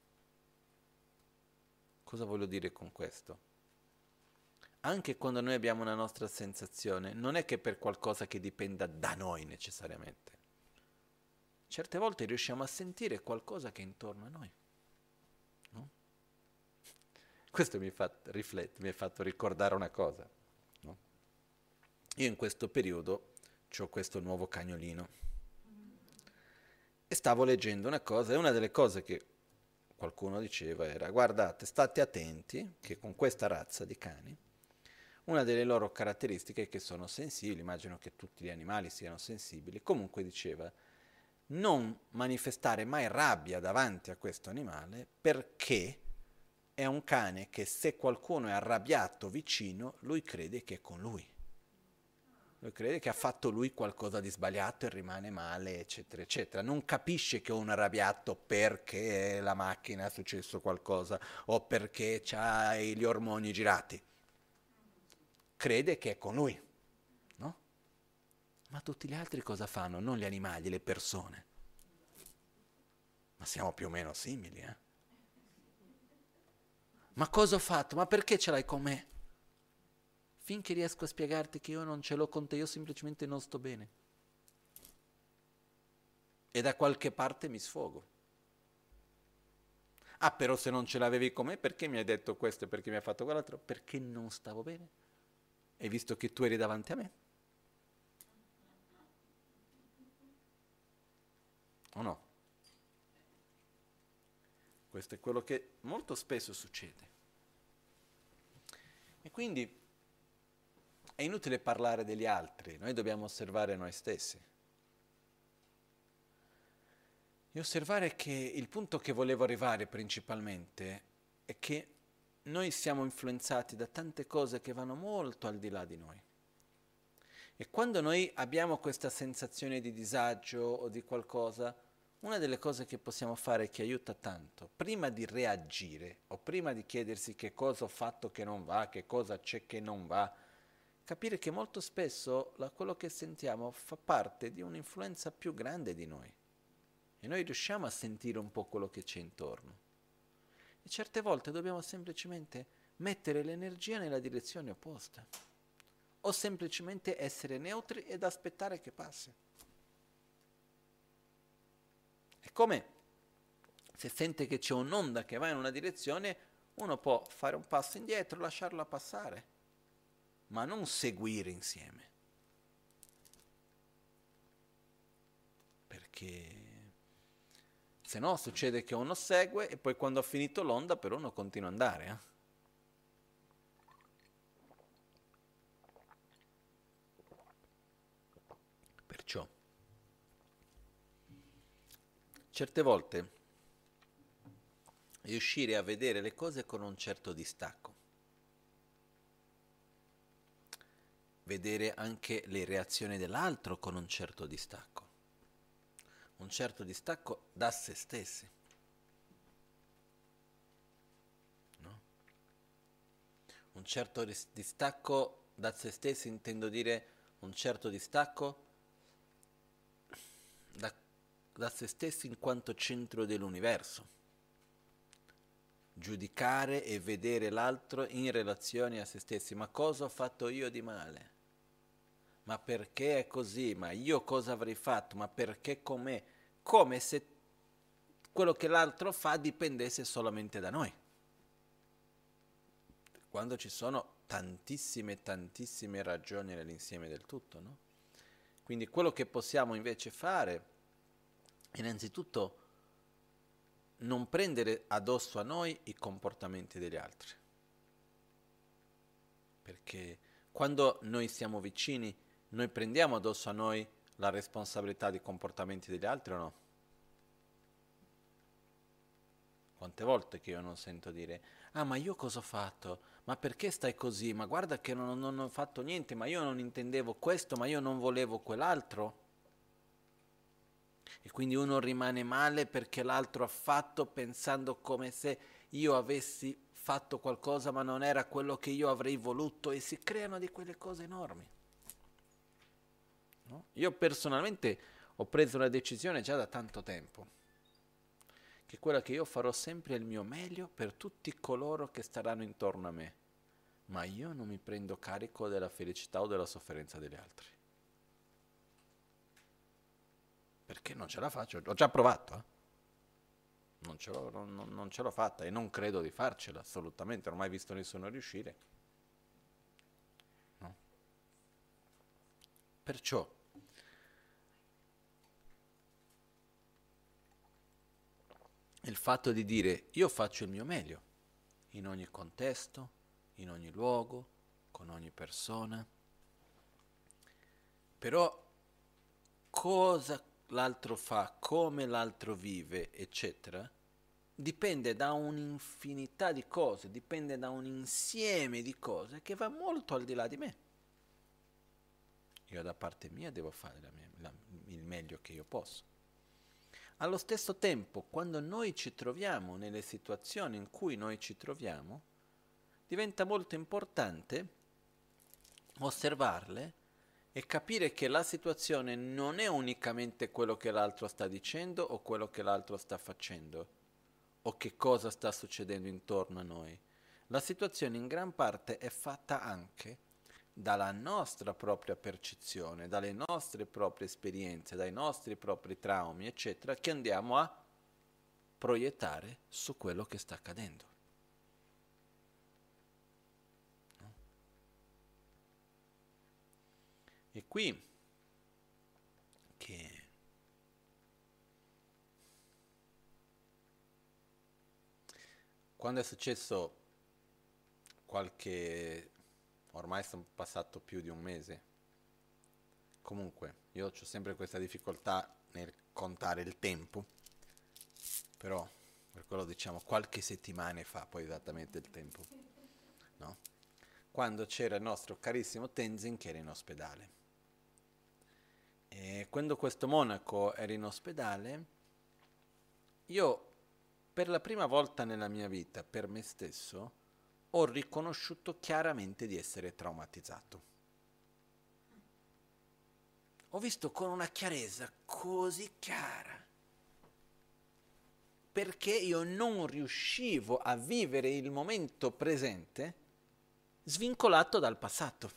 S2: Cosa voglio dire con questo? Anche quando noi abbiamo una nostra sensazione, non è che per qualcosa che dipenda da noi necessariamente. Certe volte riusciamo a sentire qualcosa che è intorno a noi. No? Questo mi fa riflettere, mi ha fatto ricordare una cosa. No? Io in questo periodo ho questo nuovo cagnolino e stavo leggendo una cosa, e una delle cose che qualcuno diceva era: guardate, state attenti che con questa razza di cani una delle loro caratteristiche è che sono sensibili, immagino che tutti gli animali siano sensibili, comunque diceva non manifestare mai rabbia davanti a questo animale perché è un cane che se qualcuno è arrabbiato vicino, lui crede che è con lui. Lui crede che ha fatto lui qualcosa di sbagliato e rimane male, eccetera, eccetera. Non capisce che è un arrabbiato perché la macchina è successo qualcosa o perché ha gli ormoni girati. Crede che è con lui, no? Ma tutti gli altri cosa fanno? Non gli animali, le persone. Ma siamo più o meno simili, eh? Ma cosa ho fatto? Ma perché ce l'hai con me? Finché riesco a spiegarti che io non ce l'ho con te, io semplicemente non sto bene. E da qualche parte mi sfogo. Ah, però se non ce l'avevi con me, perché mi hai detto questo e perché mi hai fatto quell'altro? Perché non stavo bene. E visto che tu eri davanti a me. O no? Questo è quello che molto spesso succede. E quindi è inutile parlare degli altri, noi dobbiamo osservare noi stessi. E osservare che il punto che volevo arrivare principalmente è che noi siamo influenzati da tante cose che vanno molto al di là di noi. E quando noi abbiamo questa sensazione di disagio o di qualcosa, una delle cose che possiamo fare che aiuta tanto, prima di reagire o prima di chiedersi che cosa ho fatto che non va, che cosa c'è che non va, capire che molto spesso la, quello che sentiamo fa parte di un'influenza più grande di noi e noi riusciamo a sentire un po' quello che c'è intorno e certe volte dobbiamo semplicemente mettere l'energia nella direzione opposta o semplicemente essere neutri ed aspettare che passi. È come se sente che c'è un'onda che va in una direzione, uno può fare un passo indietro, lasciarla passare, ma non seguire insieme. Perché se no succede che uno segue e poi quando ha finito l'onda però uno continua ad andare. Eh? Perciò certe volte riuscire a vedere le cose con un certo distacco, vedere anche le reazioni dell'altro con un certo distacco, un certo distacco da se stessi, no? Un certo distacco da se stessi intendo dire un certo distacco da, da se stessi in quanto centro dell'universo. Giudicare e vedere l'altro in relazione a se stessi. Ma cosa ho fatto io di male? Ma perché è così? Ma io cosa avrei fatto? Ma perché com'è? Come se quello che l'altro fa dipendesse solamente da noi. Quando ci sono tantissime, tantissime ragioni nell'insieme del tutto, no? Quindi quello che possiamo invece fare, innanzitutto, non prendere addosso a noi i comportamenti degli altri. Perché quando noi siamo vicini, noi prendiamo addosso a noi la responsabilità dei comportamenti degli altri o no? Quante volte che io non sento dire, ah ma io cosa ho fatto? Ma perché stai così? Ma guarda che non, non ho fatto niente, ma io non intendevo questo, ma io non volevo quell'altro. E quindi uno rimane male perché l'altro ha fatto pensando come se io avessi fatto qualcosa ma non era quello che io avrei voluto e si creano di quelle cose enormi. No? Io personalmente ho preso una decisione già da tanto tempo, che è quella che io farò sempre il mio meglio per tutti coloro che staranno intorno a me, ma io non mi prendo carico della felicità o della sofferenza degli altri. Perché non ce la faccio, ho già provato, eh? non, ce l'ho, non, non ce l'ho fatta e non credo di farcela assolutamente, non ho mai visto nessuno riuscire. No? Perciò il fatto di dire io faccio il mio meglio in ogni contesto, in ogni luogo, con ogni persona, però cosa l'altro fa, come l'altro vive, eccetera, dipende da un'infinità di cose, dipende da un insieme di cose che va molto al di là di me. Io da parte mia devo fare la mia, la, il meglio che io posso. Allo stesso tempo, quando noi ci troviamo nelle situazioni in cui noi ci troviamo, diventa molto importante osservarle e capire che la situazione non è unicamente quello che l'altro sta dicendo o quello che l'altro sta facendo o che cosa sta succedendo intorno a noi. La situazione in gran parte è fatta anche dalla nostra propria percezione, dalle nostre proprie esperienze, dai nostri propri traumi, eccetera, che andiamo a proiettare su quello che sta accadendo. No? E qui che quando è successo qualche, ormai sono passato più di un mese, comunque io ho sempre questa difficoltà nel contare il tempo, però per quello diciamo qualche settimana fa, poi esattamente il tempo, no? Quando c'era il nostro carissimo Tenzin che era in ospedale. E quando questo monaco era in ospedale, io per la prima volta nella mia vita, per me stesso, ho riconosciuto chiaramente di essere traumatizzato. Ho visto con una chiarezza così chiara, perché io non riuscivo a vivere il momento presente svincolato dal passato.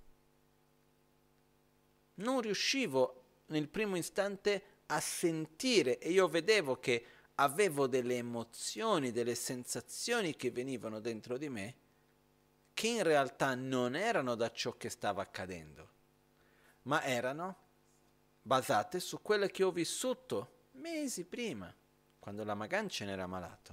S2: Non riuscivo nel primo istante a sentire e io vedevo che avevo delle emozioni, delle sensazioni che venivano dentro di me che in realtà non erano da ciò che stava accadendo, ma erano basate su quello che ho vissuto mesi prima, quando la Magancia era malato.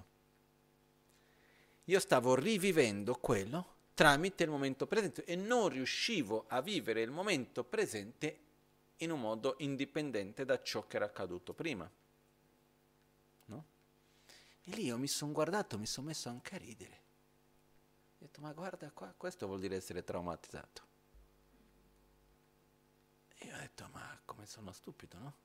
S2: Io stavo rivivendo quello tramite il momento presente e non riuscivo a vivere il momento presente in un modo indipendente da ciò che era accaduto prima. No? E lì io mi sono guardato, mi sono messo anche a ridere. Ho detto, ma guarda qua, questo vuol dire essere traumatizzato. E io ho detto, ma come sono stupido, no?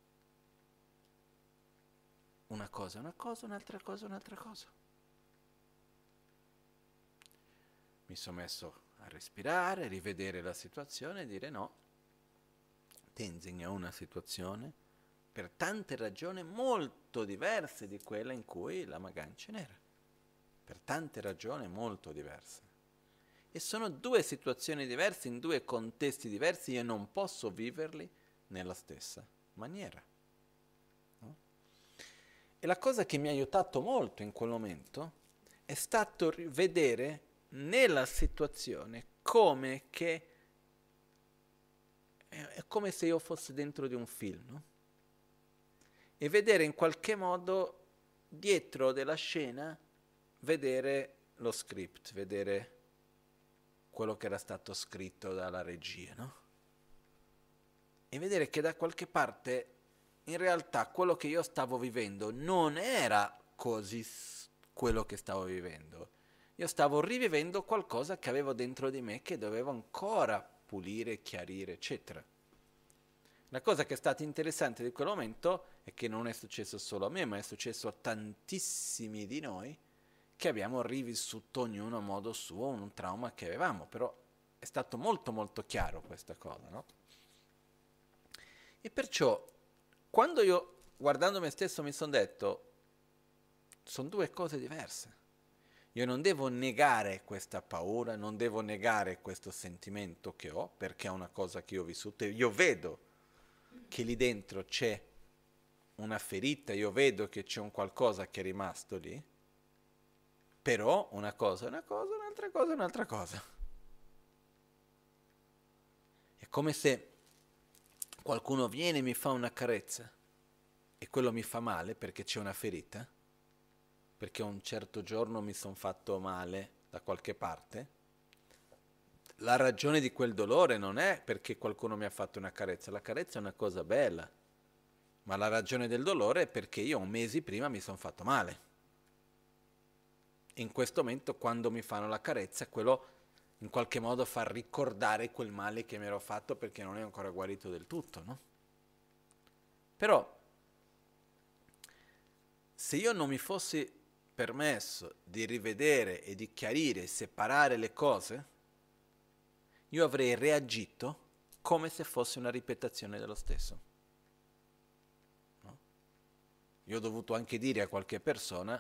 S2: Una cosa è una cosa, un'altra cosa è un'altra cosa. Mi sono messo a respirare, rivedere la situazione e dire no, Tenzin è una situazione per tante ragioni molto diverse di quella in cui la Maganchen era. Per tante ragioni molto diverse. E sono due situazioni diverse, in due contesti diversi, io non posso viverli nella stessa maniera. No? E la cosa che mi ha aiutato molto in quel momento è stato vedere nella situazione come che è come se io fossi dentro di un film, no? E vedere in qualche modo dietro della scena, vedere lo script, vedere quello che era stato scritto dalla regia, no? E vedere che da qualche parte in realtà quello che io stavo vivendo non era così quello che stavo vivendo. Io stavo rivivendo qualcosa che avevo dentro di me che dovevo ancora pulire, chiarire, eccetera. La cosa che è stata interessante di quel momento è che non è successo solo a me, ma è successo a tantissimi di noi che abbiamo rivissuto ognuno a modo suo un trauma che avevamo, però è stato molto molto chiaro questa cosa, no? E perciò, quando io, guardando me stesso, mi sono detto, sono due cose diverse. Io non devo negare questa paura, non devo negare questo sentimento che ho, perché è una cosa che io ho vissuto, e io vedo che lì dentro c'è una ferita, io vedo che c'è un qualcosa che è rimasto lì, però una cosa è una cosa, un'altra cosa è un'altra cosa. È come se qualcuno viene e mi fa una carezza e quello mi fa male perché c'è una ferita, perché un certo giorno mi sono fatto male da qualche parte. La ragione di quel dolore non è perché qualcuno mi ha fatto una carezza, la carezza è una cosa bella, ma la ragione del dolore è perché io un mese prima mi sono fatto male. In questo momento, quando mi fanno la carezza, quello in qualche modo fa ricordare quel male che mi ero fatto perché non è ancora guarito del tutto, no? Però, se io non mi fossi permesso di rivedere e di chiarire e separare le cose, io avrei reagito come se fosse una ripetizione dello stesso. No? Io ho dovuto anche dire a qualche persona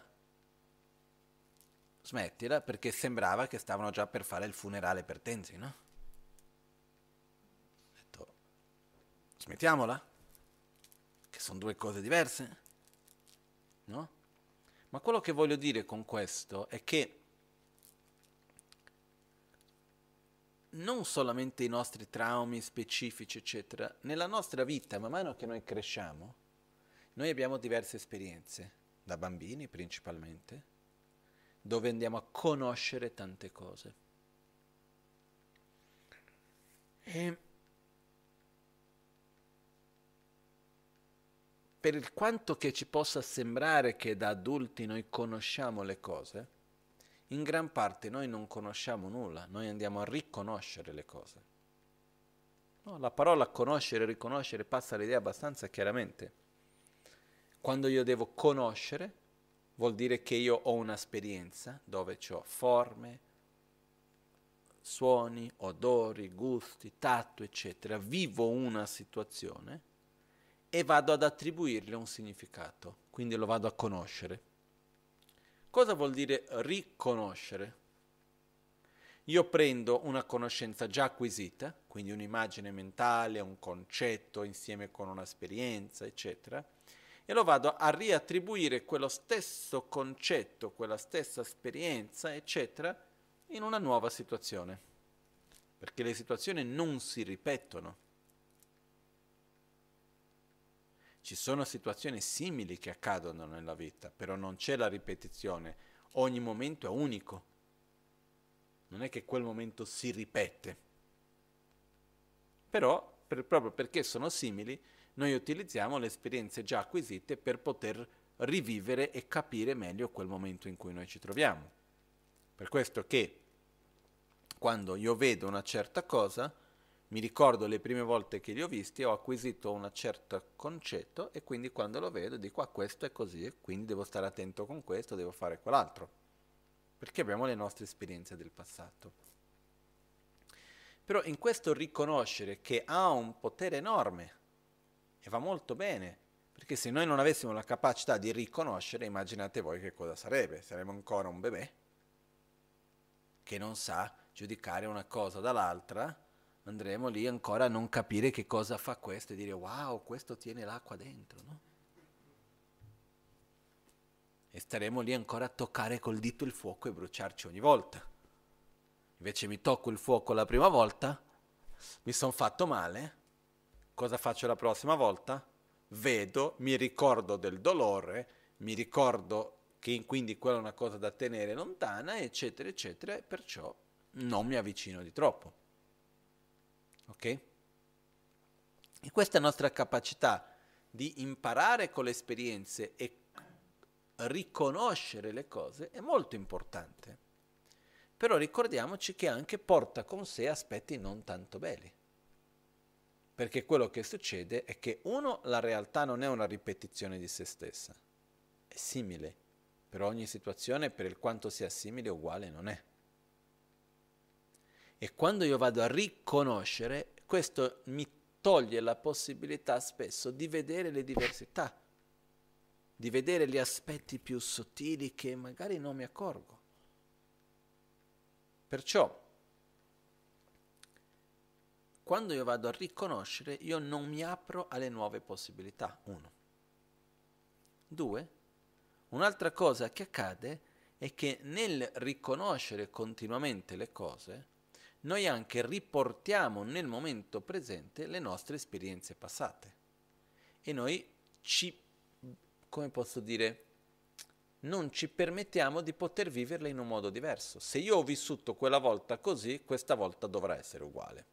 S2: smettila, perché sembrava che stavano già per fare il funerale per Tenzin, no? Ho detto, smettiamola? Che sono due cose diverse, no? Ma quello che voglio dire con questo è che non solamente i nostri traumi specifici, eccetera, nella nostra vita, man mano che noi cresciamo, noi abbiamo diverse esperienze, da bambini principalmente, dove andiamo a conoscere tante cose. E per il quanto che ci possa sembrare che da adulti noi conosciamo le cose, in gran parte noi non conosciamo nulla, noi andiamo a riconoscere le cose. No, la parola conoscere e riconoscere passa l'idea abbastanza chiaramente. Quando io devo conoscere, vuol dire che io ho un'esperienza dove ho forme, suoni, odori, gusti, tatto, eccetera. Vivo una situazione e vado ad attribuirle un significato, quindi lo vado a conoscere. Cosa vuol dire riconoscere? Io prendo una conoscenza già acquisita, quindi un'immagine mentale, un concetto insieme con un'esperienza, eccetera, e lo vado a riattribuire quello stesso concetto, quella stessa esperienza, eccetera, in una nuova situazione. Perché le situazioni non si ripetono. Ci sono situazioni simili che accadono nella vita, però non c'è la ripetizione. Ogni momento è unico. Non è che quel momento si ripete. Però, per, proprio perché sono simili, noi utilizziamo le esperienze già acquisite per poter rivivere e capire meglio quel momento in cui noi ci troviamo. Per questo che quando io vedo una certa cosa, mi ricordo le prime volte che li ho visti, ho acquisito un certo concetto e quindi quando lo vedo dico ah, questo è così, e quindi devo stare attento con questo, devo fare quell'altro. Perché abbiamo le nostre esperienze del passato. Però in questo riconoscere che ha un potere enorme e va molto bene, perché se noi non avessimo la capacità di riconoscere, immaginate voi che cosa sarebbe, saremmo ancora un bebè che non sa giudicare una cosa dall'altra, andremo lì ancora a non capire che cosa fa questo e dire wow, questo tiene l'acqua dentro, no? E staremo lì ancora a toccare col dito il fuoco e bruciarci ogni volta. Invece mi tocco il fuoco la prima volta, mi sono fatto male, cosa faccio la prossima volta? Vedo, mi ricordo del dolore, mi ricordo che quindi quella è una cosa da tenere lontana, eccetera, eccetera, e perciò non mi avvicino di troppo. Ok? E questa nostra capacità di imparare con le esperienze e riconoscere le cose è molto importante. Però ricordiamoci che anche porta con sé aspetti non tanto belli. Perché quello che succede è che, uno, la realtà non è una ripetizione di se stessa, è simile, per ogni situazione, per il quanto sia simile o uguale non è. E quando io vado a riconoscere, questo mi toglie la possibilità spesso di vedere le diversità, di vedere gli aspetti più sottili che magari non mi accorgo. Perciò, quando io vado a riconoscere, io non mi apro alle nuove possibilità, uno. Due, un'altra cosa che accade è che nel riconoscere continuamente le cose, noi anche riportiamo nel momento presente le nostre esperienze passate. E noi ci, come posso dire, non ci permettiamo di poter viverle in un modo diverso. Se io ho vissuto quella volta così, questa volta dovrà essere uguale.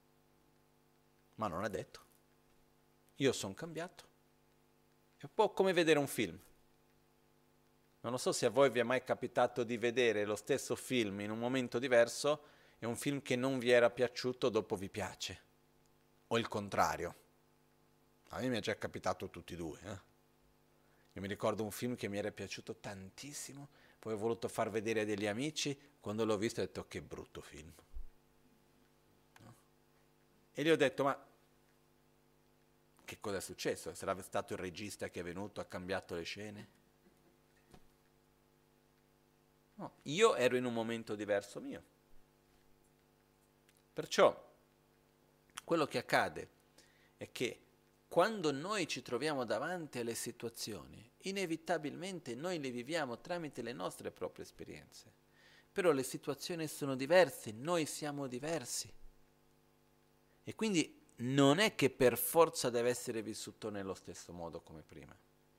S2: Ma non è detto. Io sono cambiato. È un po' come vedere un film. Non lo so se a voi vi è mai capitato di vedere lo stesso film in un momento diverso e un film che non vi era piaciuto dopo vi piace. O il contrario. A me mi è già capitato tutti e due, eh? Io mi ricordo un film che mi era piaciuto tantissimo, poi ho voluto far vedere a degli amici, quando l'ho visto ho detto che brutto film. No? E gli ho detto, ma che cosa è successo? Sarà stato il regista che è venuto, ha cambiato le scene? No, io ero in un momento diverso mio. Perciò, quello che accade è che quando noi ci troviamo davanti alle situazioni, inevitabilmente noi le viviamo tramite le nostre proprie esperienze. Però le situazioni sono diverse, noi siamo diversi. E quindi non è che per forza deve essere vissuto nello stesso modo come prima.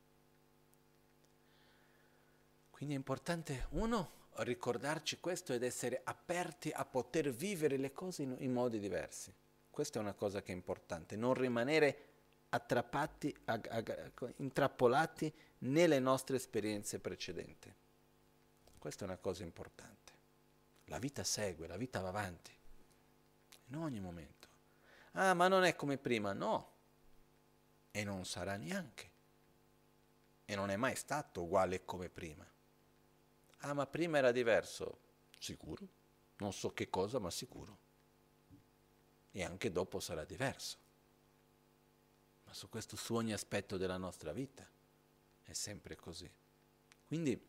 S2: Quindi è importante, uno, ricordarci questo ed essere aperti a poter vivere le cose in, in modi diversi. Questa è una cosa che è importante, non rimanere attrappati, ag, ag, intrappolati nelle nostre esperienze precedenti. Questa è una cosa importante. La vita segue, la vita va avanti, in ogni momento. Ah, ma non è come prima, no, e non sarà neanche, e non è mai stato uguale come prima. Ah, ma prima era diverso, sicuro, non so che cosa, ma sicuro, e anche dopo sarà diverso. Ma su questo, su ogni aspetto della nostra vita è sempre così. Quindi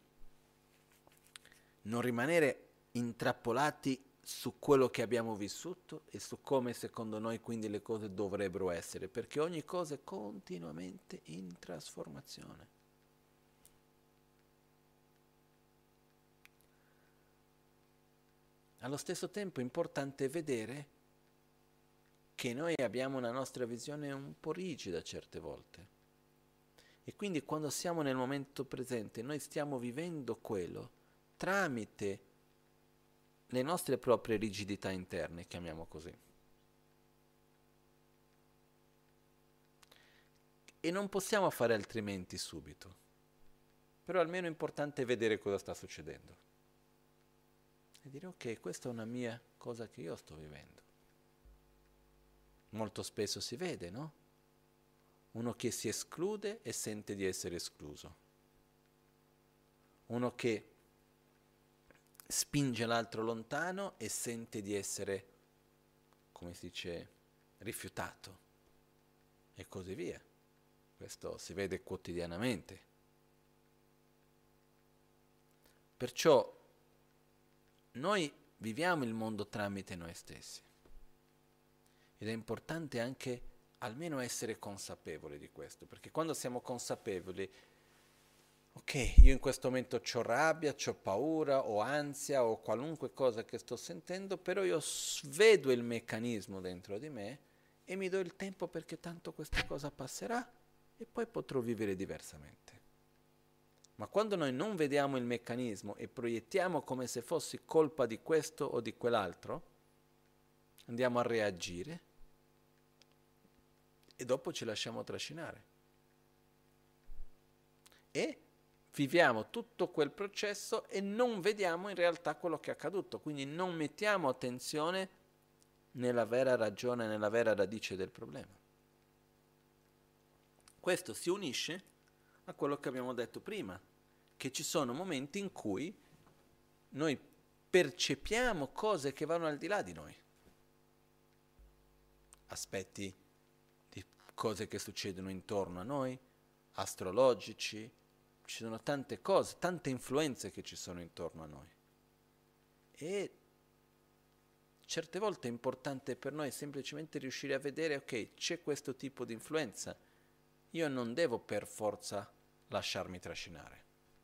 S2: non rimanere intrappolati su quello che abbiamo vissuto e su come secondo noi quindi le cose dovrebbero essere, perché ogni cosa è continuamente in trasformazione. Allo stesso tempo è importante vedere che noi abbiamo una nostra visione un po' rigida certe volte. E quindi quando siamo nel momento presente, noi stiamo vivendo quello tramite le nostre proprie rigidità interne, chiamiamo così. E non possiamo fare altrimenti subito. Però almeno è importante vedere cosa sta succedendo. E dire, ok, questa è una mia cosa che io sto vivendo. Molto spesso si vede, no? Uno che si esclude e sente di essere escluso. Uno che spinge l'altro lontano e sente di essere come si dice, rifiutato e così via. Questo si vede quotidianamente. Perciò noi viviamo il mondo tramite noi stessi ed è importante anche almeno essere consapevoli di questo, perché quando siamo consapevoli, ok, io in questo momento ho rabbia, ho paura, ho ansia, o qualunque cosa che sto sentendo, però io vedo il meccanismo dentro di me e mi do il tempo perché tanto questa cosa passerà e poi potrò vivere diversamente. Ma quando noi non vediamo il meccanismo e proiettiamo come se fosse colpa di questo o di quell'altro, andiamo a reagire e dopo ci lasciamo trascinare. E viviamo tutto quel processo e non vediamo in realtà quello che è accaduto, quindi non mettiamo attenzione nella vera ragione, nella vera radice del problema. Questo si unisce a quello che abbiamo detto prima, che ci sono momenti in cui noi percepiamo cose che vanno al di là di noi, aspetti di cose che succedono intorno a noi, astrologici, ci sono tante cose, tante influenze che ci sono intorno a noi. E certe volte è importante per noi semplicemente riuscire a vedere, ok, c'è questo tipo di influenza, io non devo per forza lasciarmi trascinare.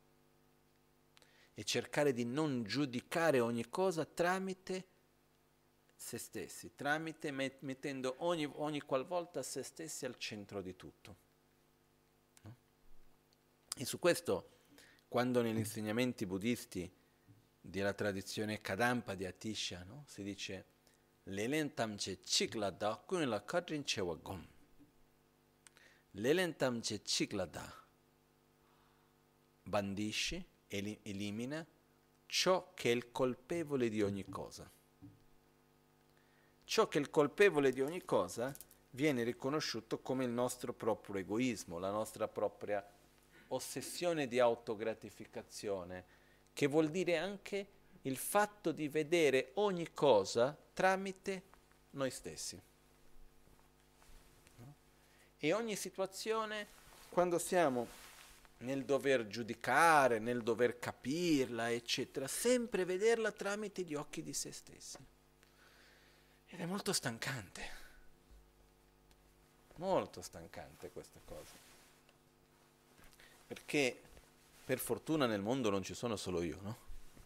S2: E cercare di non giudicare ogni cosa tramite se stessi, tramite met- mettendo ogni, ogni qualvolta se stessi al centro di tutto. No? E su questo, quando negli insegnamenti buddisti della tradizione Kadampa di Atisha, no? Si dice Lelentamche Chiklada Kunla Kadrin Chewa Gom. Lelentamche Chiklada bandisce, elimina ciò che è il colpevole di ogni cosa. Ciò che è il colpevole di ogni cosa viene riconosciuto come il nostro proprio egoismo, la nostra propria ossessione di autogratificazione, che vuol dire anche il fatto di vedere ogni cosa tramite noi stessi. No? E ogni situazione, quando siamo nel dover giudicare, nel dover capirla, eccetera, sempre vederla tramite gli occhi di se stessi. Ed è molto stancante, molto stancante questa cosa. Perché per fortuna nel mondo non ci sono solo io, no?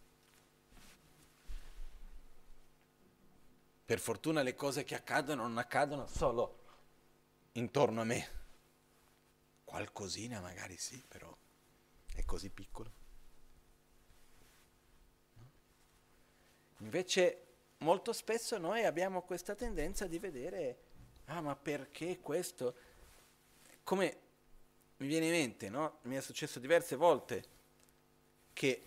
S2: Per fortuna le cose che accadono non accadono solo intorno a me. Qualcosina magari sì, però è così piccolo. Invece molto spesso noi abbiamo questa tendenza di vedere, ah ma perché questo? Come mi viene in mente, no? Mi è successo diverse volte che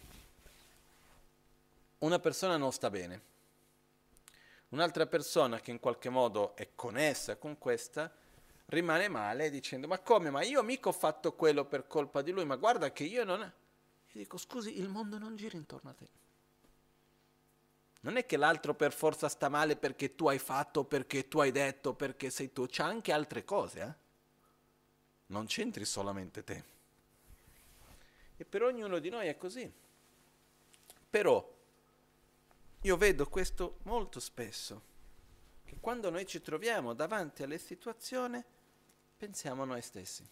S2: una persona non sta bene, un'altra persona che in qualche modo è connessa con questa rimane male dicendo ma come, ma io mica ho fatto quello per colpa di lui, ma guarda che io non... E dico scusi, il mondo non gira intorno a te. Non è che l'altro per forza sta male perché tu hai fatto, perché tu hai detto, perché sei tu, c'ha anche altre cose, eh? Non c'entri solamente te. E per ognuno di noi è così. Però io vedo questo molto spesso, che quando noi ci troviamo davanti alle situazioni pensiamo a noi stessi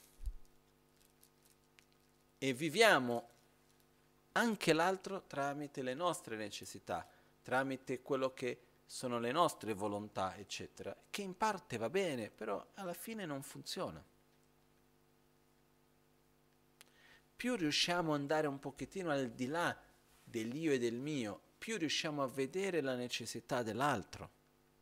S2: e viviamo anche l'altro tramite le nostre necessità, tramite quello che sono le nostre volontà, eccetera, che in parte va bene, però alla fine non funziona. Più riusciamo ad andare un pochettino al di là dell'io e del mio, più riusciamo a vedere la necessità dell'altro.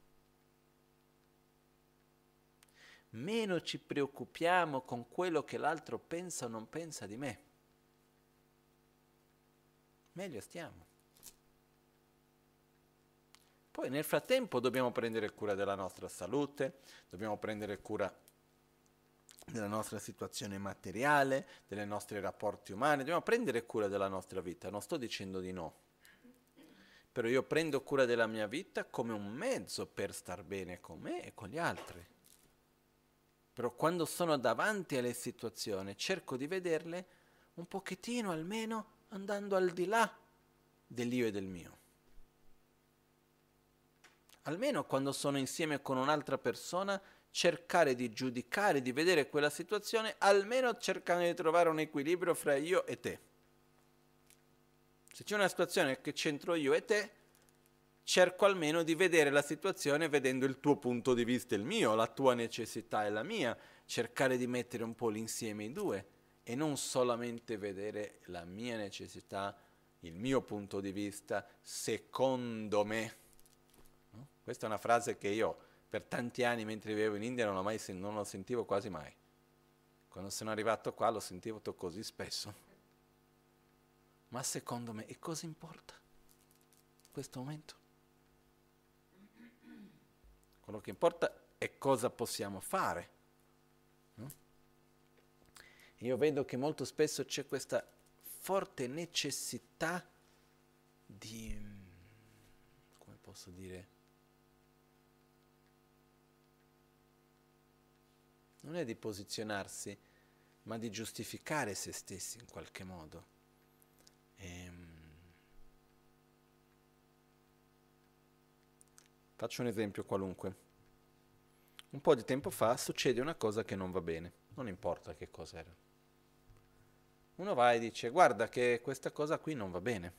S2: Meno ci preoccupiamo con quello che l'altro pensa o non pensa di me. Meglio stiamo. Poi nel frattempo dobbiamo prendere cura della nostra salute, dobbiamo prendere cura della nostra situazione materiale, dei nostri rapporti umani, dobbiamo prendere cura della nostra vita, non sto dicendo di no. però io prendo cura della mia vita come un mezzo per star bene con me e con gli altri. Però quando sono davanti alle situazioni cerco di vederle un pochettino almeno andando al di là dell'io e del mio. Almeno quando sono insieme con un'altra persona cercare di giudicare, di vedere quella situazione, almeno cercando di trovare un equilibrio fra io e te. Se c'è una situazione che c'entro io e te, cerco almeno di vedere la situazione vedendo il tuo punto di vista e il mio, la tua necessità e la mia, cercare di mettere un po' l'insieme i due e non solamente vedere la mia necessità, il mio punto di vista, secondo me. No? Questa è una frase che io per tanti anni mentre vivevo in India non lo, mai sen- non lo sentivo quasi mai. Quando sono arrivato qua lo sentivo così spesso. Ma secondo me, e cosa importa in questo momento? Quello che importa è cosa possiamo fare. No? Io vedo che molto spesso c'è questa forte necessità di, come posso dire, non è di posizionarsi, ma di giustificare se stessi in qualche modo. Ehm, Faccio un esempio qualunque. Un po' di tempo fa succede una cosa che non va bene, non importa che cosa era. Uno va e dice, guarda che questa cosa qui non va bene.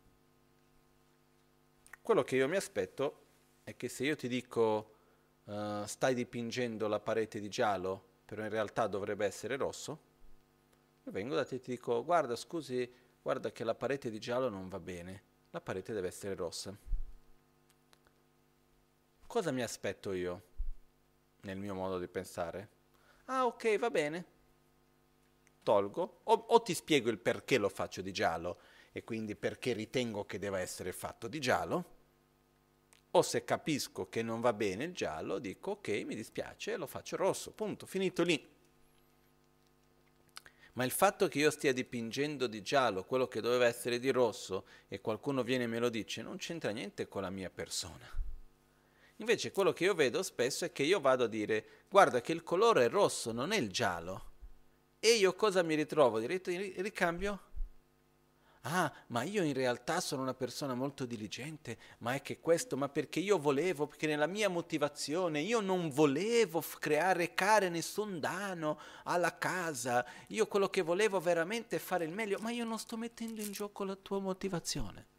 S2: Quello che io mi aspetto è che se io ti dico uh, stai dipingendo la parete di giallo, però in realtà dovrebbe essere rosso, io vengo da te e ti dico, guarda scusi, guarda che la parete di giallo non va bene, la parete deve essere rossa. Cosa mi aspetto io nel mio modo di pensare? Ah, ok, va bene. Tolgo, o, o ti spiego il perché lo faccio di giallo e quindi perché ritengo che deva essere fatto di giallo, o se capisco che non va bene il giallo, dico ok, mi dispiace, lo faccio rosso, punto, finito lì. Ma il fatto che io stia dipingendo di giallo quello che doveva essere di rosso e qualcuno viene e me lo dice, non c'entra niente con la mia persona. Invece quello che io vedo spesso è che io vado a dire, guarda che il colore è rosso, non è il giallo. E io cosa mi ritrovo? Di ricambio? Ah, ma io in realtà sono una persona molto diligente, ma è che questo, ma perché io volevo, perché nella mia motivazione io non volevo f- creare care nessun danno alla casa, io quello che volevo veramente è fare il meglio, ma io non sto mettendo in gioco la tua motivazione.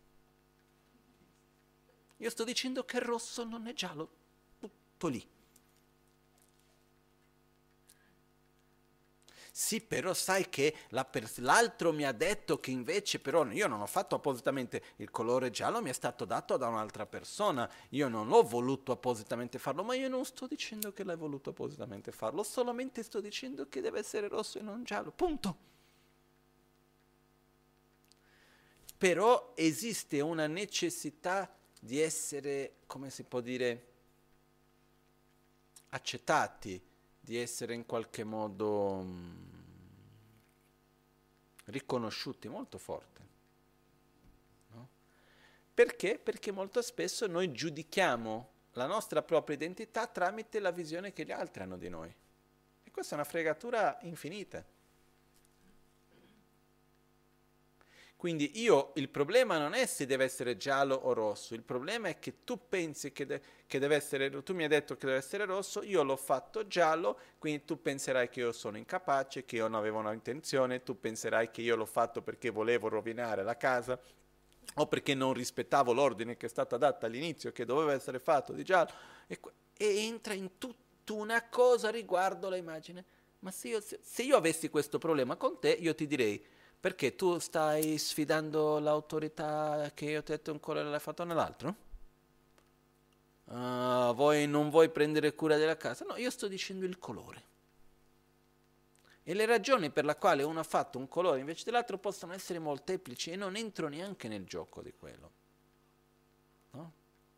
S2: Io sto dicendo che il rosso non è giallo, tutto lì. Sì, però sai che la pers- l'altro mi ha detto che invece però io non ho fatto appositamente il colore giallo, mi è stato dato da un'altra persona, io non ho voluto appositamente farlo, ma io non sto dicendo che l'hai voluto appositamente farlo, solamente sto dicendo che deve essere rosso e non giallo, punto. Però esiste una necessità di essere, come si può dire, accettati, di essere in qualche modo mh, riconosciuti molto forte. No? Perché? Perché molto spesso noi giudichiamo la nostra propria identità tramite la visione che gli altri hanno di noi. E questa è una fregatura infinita. Quindi io, il problema non è se deve essere giallo o rosso, il problema è che tu pensi che, de- che deve essere, tu mi hai detto che deve essere rosso, io l'ho fatto giallo, quindi tu penserai che io sono incapace, che io non avevo una intenzione, tu penserai che io l'ho fatto perché volevo rovinare la casa, o perché non rispettavo l'ordine che è stata data all'inizio, che doveva essere fatto di giallo, e, e entra in tutta una cosa riguardo l'immagine. Ma se io, se, se io avessi questo problema con te, io ti direi, perché tu stai sfidando l'autorità che io ti ho detto un colore l'hai fatto nell'altro? Uh, voi non vuoi prendere cura della casa? No, io sto dicendo il colore. E le ragioni per le quali uno ha fatto un colore invece dell'altro possono essere molteplici e non entro neanche nel gioco di quello. No?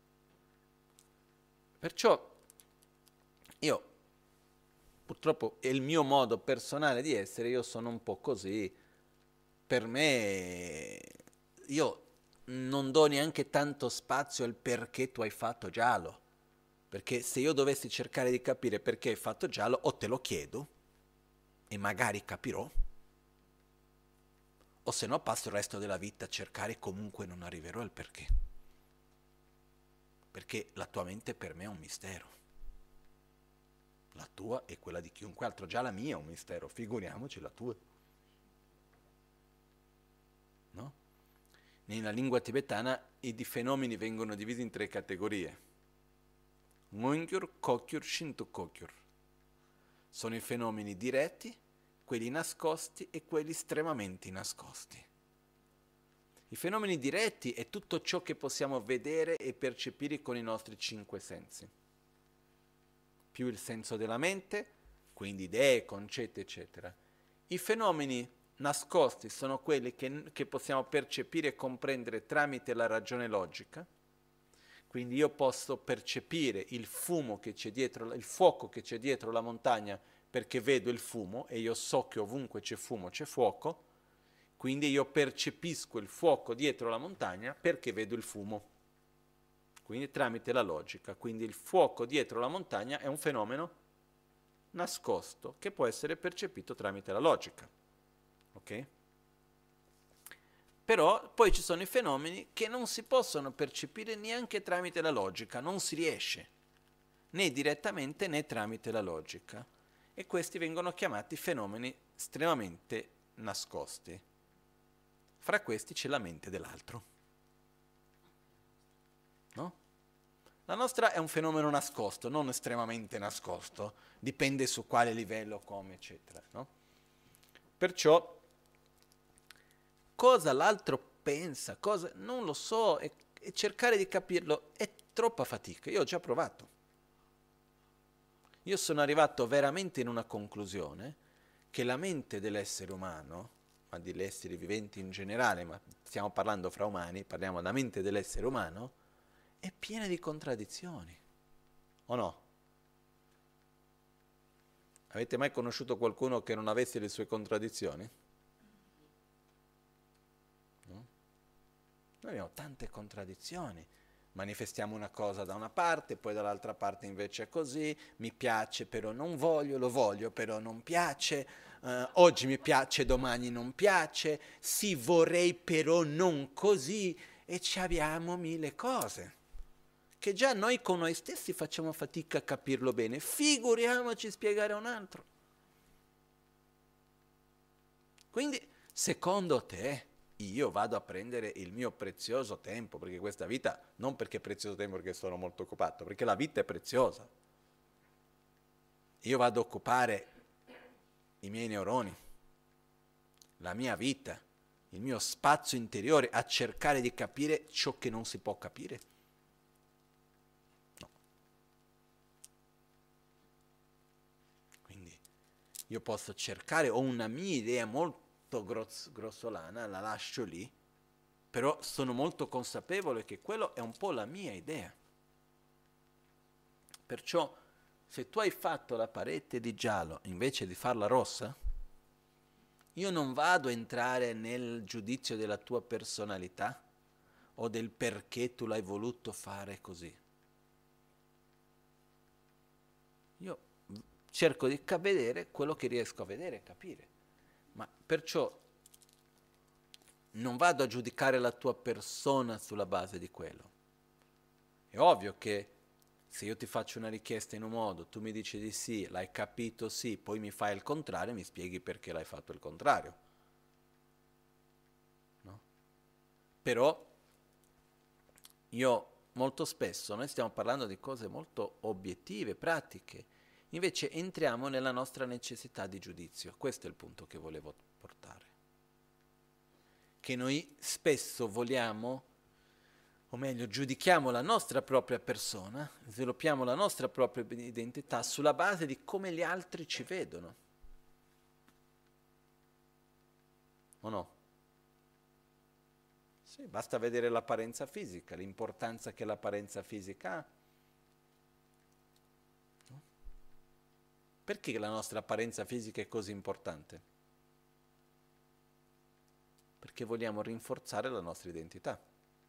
S2: Perciò io, purtroppo è il mio modo personale di essere, io sono un po' così. Per me, io non do neanche tanto spazio al perché tu hai fatto giallo. Perché se io dovessi cercare di capire perché hai fatto giallo, o te lo chiedo, e magari capirò, o se no passo il resto della vita a cercare e comunque non arriverò al perché. Perché la tua mente per me è un mistero. La tua e quella di chiunque altro. Già la mia è un mistero, figuriamoci la tua. No? Nella lingua tibetana i fenomeni vengono divisi in tre categorie. Ngongyur, Kokyur, Shinto-Kokyur. Sono i fenomeni diretti, quelli nascosti e quelli estremamente nascosti. I fenomeni diretti è tutto ciò che possiamo vedere e percepire con i nostri cinque sensi. Più il senso della mente, quindi idee, concetti, eccetera. I fenomeni nascosti sono quelli che, che possiamo percepire e comprendere tramite la ragione logica. Quindi io posso percepire il fumo che c'è dietro, il fuoco che c'è dietro la montagna perché vedo il fumo e io so che ovunque c'è fumo c'è fuoco, quindi io percepisco il fuoco dietro la montagna perché vedo il fumo. Quindi tramite la logica, quindi il fuoco dietro la montagna è un fenomeno nascosto che può essere percepito tramite la logica. Ok? Però poi ci sono i fenomeni che non si possono percepire neanche tramite la logica, non si riesce, né direttamente né tramite la logica. E questi vengono chiamati fenomeni estremamente nascosti. Fra questi c'è la mente dell'altro. No? La nostra è un fenomeno nascosto, non estremamente nascosto, dipende su quale livello, come, eccetera. No? Perciò cosa l'altro pensa, cosa non lo so, e, e cercare di capirlo è troppa fatica. Io ho già provato. Io sono arrivato veramente in una conclusione che la mente dell'essere umano, ma degli esseri viventi in generale, ma stiamo parlando fra umani, parliamo della mente dell'essere umano, è piena di contraddizioni. O no? Avete mai conosciuto qualcuno che non avesse le sue contraddizioni? No? Noi abbiamo tante contraddizioni. Manifestiamo una cosa da una parte, poi dall'altra parte invece è così, mi piace però non voglio, lo voglio però non piace, eh, oggi mi piace, domani non piace, sì vorrei però non così, e ci abbiamo mille cose, che già noi con noi stessi facciamo fatica a capirlo bene, figuriamoci spiegare a un altro. Quindi, secondo te, io vado a prendere il mio prezioso tempo, perché questa vita, non perché è prezioso tempo perché sono molto occupato, perché la vita è preziosa. Io vado a occupare i miei neuroni, la mia vita, il mio spazio interiore a cercare di capire ciò che non si può capire. No. Quindi io posso cercare, ho una mia idea molto Gross, grossolana, la lascio lì, però sono molto consapevole che quello è un po' la mia idea. Perciò se tu hai fatto la parete di giallo invece di farla rossa, io non vado a entrare nel giudizio della tua personalità o del perché tu l'hai voluto fare così. Io cerco di vedere quello che riesco a vedere e capire. Ma perciò non vado a giudicare la tua persona sulla base di quello. È ovvio che se io ti faccio una richiesta in un modo, tu mi dici di sì, l'hai capito sì, poi mi fai il contrario e mi spieghi perché l'hai fatto il contrario. No? Però io molto spesso, noi stiamo parlando di cose molto obiettive, pratiche, invece entriamo nella nostra necessità di giudizio. Questo è il punto che volevo portare. Che noi spesso vogliamo, o meglio, giudichiamo la nostra propria persona, sviluppiamo la nostra propria identità sulla base di come gli altri ci vedono. O no? Sì, basta vedere l'apparenza fisica, l'importanza che l'apparenza fisica ha. Perché la nostra apparenza fisica è così importante? Perché vogliamo rinforzare la nostra identità.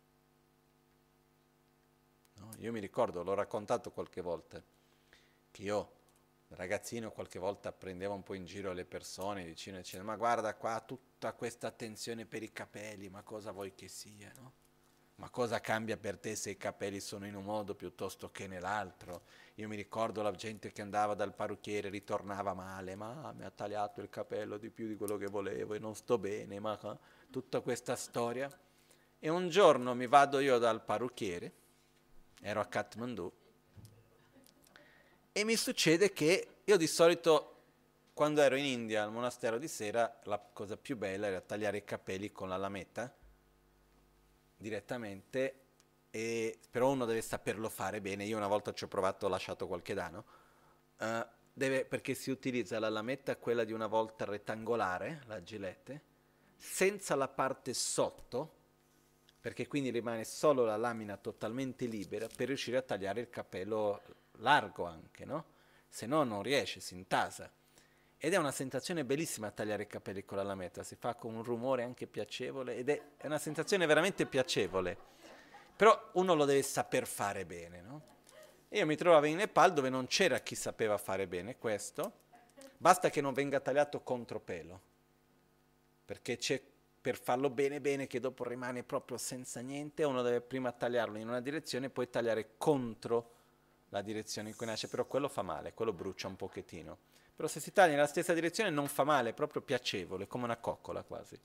S2: no? Io mi ricordo, l'ho raccontato qualche volta, che io ragazzino qualche volta prendevo un po' in giro le persone vicino e dicevo: ma guarda qua tutta questa attenzione per i capelli, ma cosa vuoi che sia, no? Ma cosa cambia per te se i capelli sono in un modo piuttosto che nell'altro? Io mi ricordo la gente che andava dal parrucchiere, ritornava male, ma mi ha tagliato il capello di più di quello che volevo e non sto bene, ma tutta questa storia. E un giorno mi vado io dal parrucchiere, ero a Kathmandu, e mi succede che io di solito, quando ero in India al monastero di sera, la cosa più bella era tagliare i capelli con la lametta direttamente, e, però uno deve saperlo fare bene. Io una volta ci ho provato, ho lasciato qualche danno, uh, deve, perché si utilizza la lametta, quella di una volta rettangolare, la gilette, senza la parte sotto, perché quindi rimane solo la lamina totalmente libera per riuscire a tagliare il capello largo anche, no? Se no non riesce, si intasa. Ed è una sensazione bellissima tagliare i capelli con la lametta, si fa con un rumore anche piacevole ed è, è una sensazione veramente piacevole. Però uno lo deve saper fare bene, no? Io mi trovavo in Nepal dove non c'era chi sapeva fare bene questo, basta che non venga tagliato contropelo, perché c'è per farlo bene bene che dopo rimane proprio senza niente, uno deve prima tagliarlo in una direzione e poi tagliare contro la direzione in cui nasce, però quello fa male, quello brucia un pochettino. Però se si taglia nella stessa direzione non fa male, è proprio piacevole, come una coccola quasi.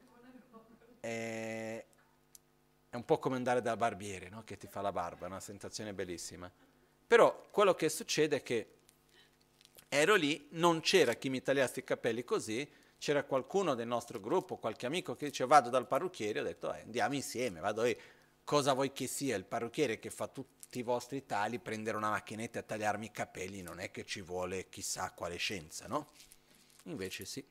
S2: È, è un po' come andare dal barbiere, no? Che ti fa la barba, è una sensazione bellissima. Però quello che succede è che ero lì, non c'era chi mi tagliasse i capelli così, c'era qualcuno del nostro gruppo, qualche amico che diceva vado dal parrucchiere, ho detto eh, andiamo insieme, vado io. Cosa vuoi che sia il parrucchiere che fa tutti i vostri tagli, prendere una macchinetta e tagliarmi i capelli non è che ci vuole chissà quale scienza, no? Invece sì.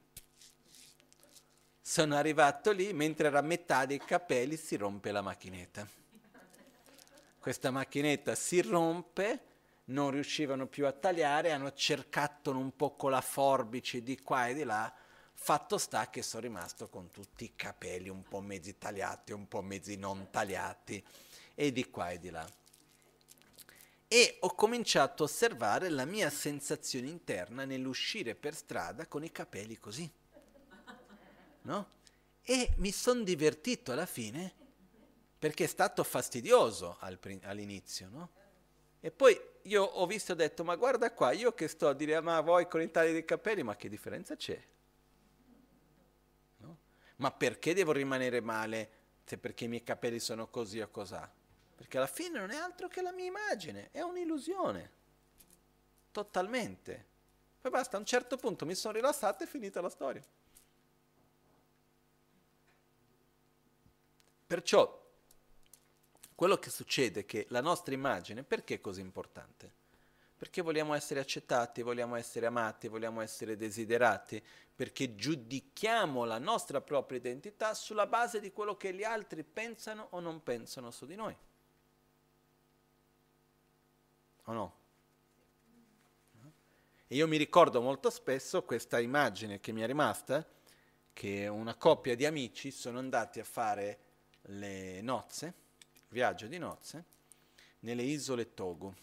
S2: Sono arrivato lì, mentre era a metà dei capelli si rompe la macchinetta. Questa macchinetta si rompe, non riuscivano più a tagliare, hanno cercato un po' con la forbice di qua e di là, fatto sta che sono rimasto con tutti i capelli un po' mezzi tagliati, un po' mezzi non tagliati, e di qua e di là. E ho cominciato a osservare la mia sensazione interna nell'uscire per strada con i capelli così, no? E mi sono divertito alla fine, perché è stato fastidioso al, all'inizio, no? E poi io ho visto e ho detto, ma guarda qua, io che sto a dire, ma voi con i tagli dei capelli, ma che differenza c'è? No? Ma perché devo rimanere male se perché i miei capelli sono così o cosà? Perché alla fine non è altro che la mia immagine, è un'illusione, totalmente. Poi basta, a un certo punto mi sono rilassato e è finita la storia. Perciò, quello che succede è che la nostra immagine, perché è così importante? Perché vogliamo essere accettati, vogliamo essere amati, vogliamo essere desiderati, perché giudichiamo la nostra propria identità sulla base di quello che gli altri pensano o non pensano su di noi. O no? E io mi ricordo molto spesso questa immagine che mi è rimasta, che una coppia di amici sono andati a fare le nozze, viaggio di nozze, nelle isole Togo.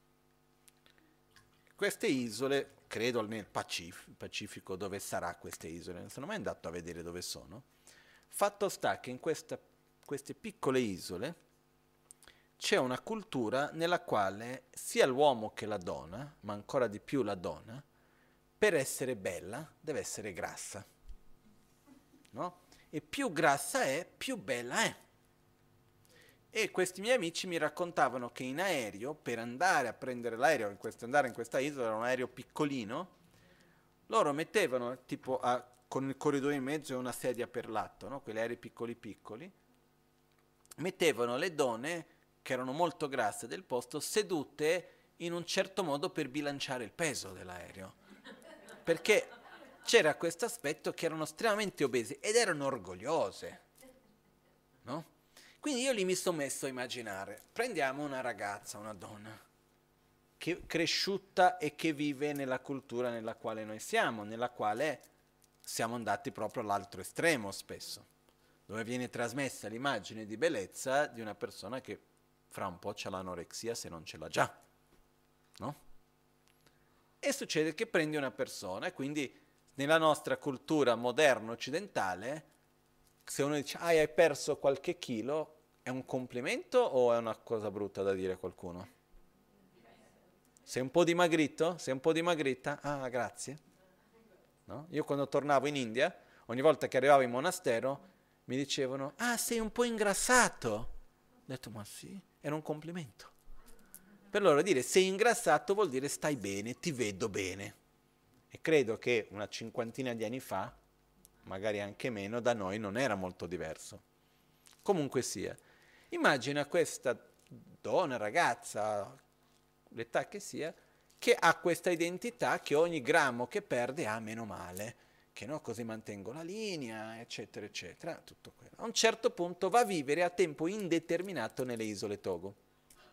S2: Queste isole, credo nel Pacifico, Pacifico, dove sarà queste isole, non sono mai andato a vedere dove sono. Fatto sta che in questa, queste piccole isole c'è una cultura nella quale sia l'uomo che la donna, ma ancora di più la donna, per essere bella deve essere grassa, no? E più grassa è, più bella è. E questi miei amici mi raccontavano che in aereo, per andare a prendere l'aereo, in questo, andare in questa isola, era un aereo piccolino, loro mettevano tipo a, con il corridoio in mezzo e una sedia per lato, no? Quegli aerei piccoli piccoli, mettevano le donne che erano molto grasse del posto sedute in un certo modo per bilanciare il peso dell'aereo, perché c'era questo aspetto che erano estremamente obese ed erano orgogliose, no? Quindi io lì mi sono messo a immaginare, prendiamo una ragazza, una donna, che cresciuta e che vive nella cultura nella quale noi siamo, nella quale siamo andati proprio all'altro estremo spesso, dove viene trasmessa l'immagine di bellezza di una persona che fra un po' c'ha l'anorexia se non ce l'ha già, no? E succede che prendi una persona e quindi nella nostra cultura moderna occidentale, se uno dice ah, hai perso qualche chilo, è un complimento o è una cosa brutta da dire a qualcuno? Sei un po' dimagrito? Sei un po' dimagrita? Ah, grazie. No? Io quando tornavo in India, ogni volta che arrivavo in monastero, mi dicevano, ah, sei un po' ingrassato. Ho detto, ma sì, era un complimento. Per loro dire sei ingrassato vuol dire stai bene, ti vedo bene. E credo che una cinquantina di anni fa, magari anche meno, da noi non era molto diverso. Comunque sia, immagina questa donna, ragazza, l'età che sia, che ha questa identità che ogni grammo che perde ha meno male, che no, così mantengo la linea, eccetera, eccetera, tutto quello. A un certo punto va a vivere a tempo indeterminato nelle isole Togo.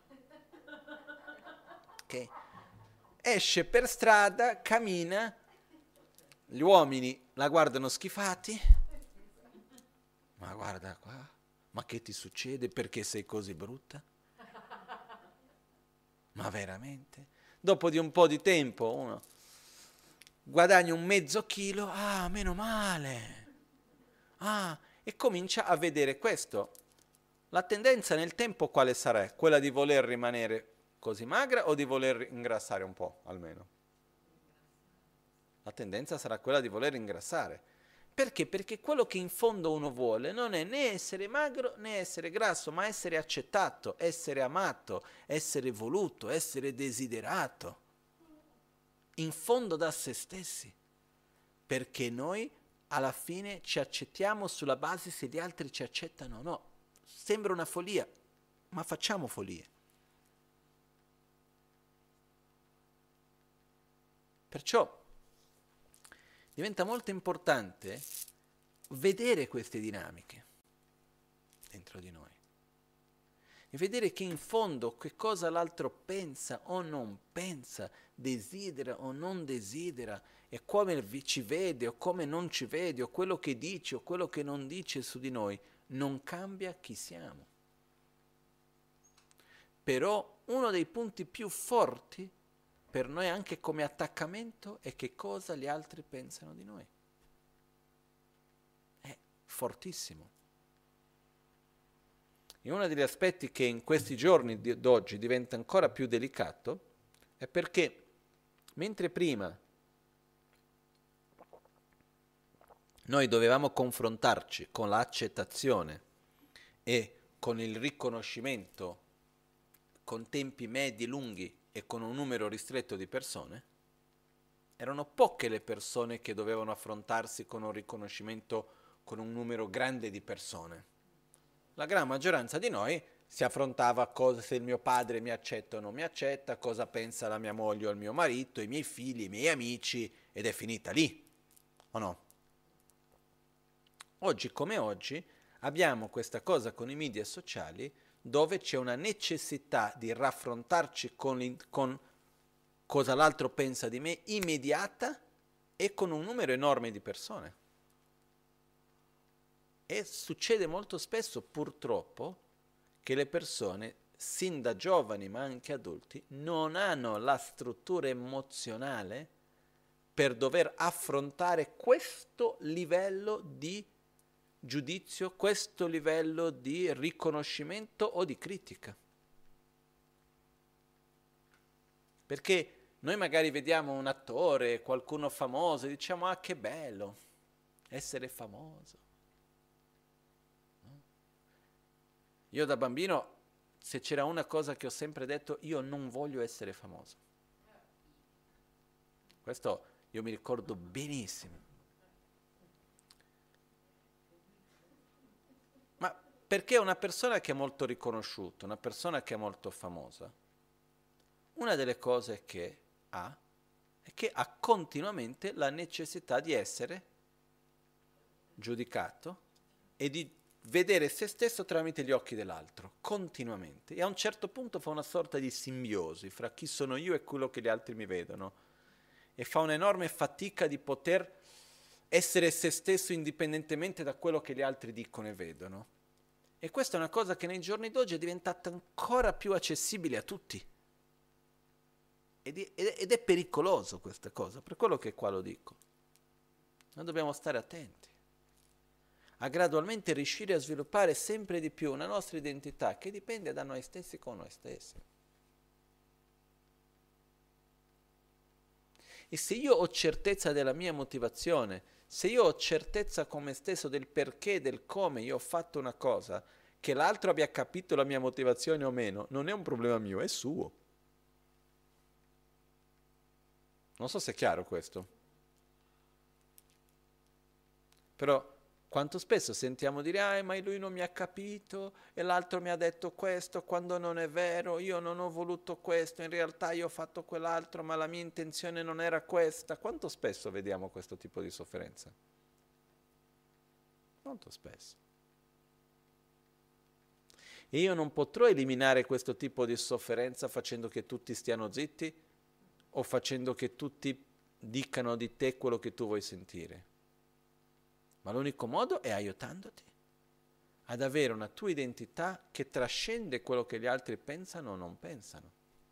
S2: Okay. Esce per strada, cammina, gli uomini la guardano schifati, ma guarda qua, ma che ti succede? Perché sei così brutta? Ma veramente? Dopo di un po' di tempo uno guadagna un mezzo chilo, ah, meno male, ah, e comincia a vedere questo. La tendenza nel tempo quale sarà? Quella di voler rimanere così magra o di voler ingrassare un po' almeno? La tendenza sarà quella di voler ingrassare. Perché? Perché quello che in fondo uno vuole non è né essere magro né essere grasso, ma essere accettato, essere amato, essere voluto, essere desiderato. In fondo da se stessi. Perché noi alla fine ci accettiamo sulla base se gli altri ci accettano o no. Sembra una follia, ma facciamo follie. Perciò diventa molto importante vedere queste dinamiche dentro di noi e vedere che in fondo che cosa l'altro pensa o non pensa, desidera o non desidera, e come ci vede o come non ci vede, o quello che dice o quello che non dice su di noi, non cambia chi siamo. Però uno dei punti più forti per noi anche come attaccamento è che cosa gli altri pensano di noi. È fortissimo. E uno degli aspetti che in questi giorni d'oggi diventa ancora più delicato è perché mentre prima noi dovevamo confrontarci con l'accettazione e con il riconoscimento con tempi medi lunghi e con un numero ristretto di persone, erano poche le persone che dovevano affrontarsi con un riconoscimento con un numero grande di persone. La gran maggioranza di noi si affrontava a cosa se il mio padre mi accetta o non mi accetta, cosa pensa la mia moglie o il mio marito, i miei figli, i miei amici, ed è finita lì, o no? Oggi come oggi abbiamo questa cosa con i media sociali dove c'è una necessità di raffrontarci con, con cosa l'altro pensa di me immediata e con un numero enorme di persone. E succede molto spesso, purtroppo, che le persone, sin da giovani ma anche adulti, non hanno la struttura emozionale per dover affrontare questo livello di giudizio, questo livello di riconoscimento o di critica. Perché noi magari vediamo un attore, qualcuno famoso e diciamo ah che bello essere famoso. No? Io da bambino, se c'era una cosa che ho sempre detto, io non voglio essere famoso. Questo io mi ricordo benissimo. Ma perché una persona che è molto riconosciuta, una persona che è molto famosa, una delle cose che ha è che ha continuamente la necessità di essere giudicato e di vedere se stesso tramite gli occhi dell'altro, continuamente. E a un certo punto fa una sorta di simbiosi fra chi sono io e quello che gli altri mi vedono. E fa un'enorme fatica di poter essere se stesso indipendentemente da quello che gli altri dicono e vedono. E questa è una cosa che nei giorni d'oggi è diventata ancora più accessibile a tutti. Ed è pericoloso questa cosa, per quello che qua lo dico. Noi dobbiamo stare attenti a gradualmente riuscire a sviluppare sempre di più una nostra identità che dipende da noi stessi con noi stessi. E se io ho certezza della mia motivazione, se io ho certezza con me stesso del perché, del come io ho fatto una cosa, che l'altro abbia capito la mia motivazione o meno, non è un problema mio, è suo. Non so se è chiaro questo. Però quanto spesso sentiamo dire ah, ma lui non mi ha capito e l'altro mi ha detto questo, quando non è vero, io non ho voluto questo, in realtà io ho fatto quell'altro, ma la mia intenzione non era questa. Quanto spesso vediamo questo tipo di sofferenza? Molto spesso. E io non potrò eliminare questo tipo di sofferenza facendo che tutti stiano zitti o facendo che tutti dicano di te quello che tu vuoi sentire. Ma l'unico modo è aiutandoti ad avere una tua identità che trascende quello che gli altri pensano o non pensano.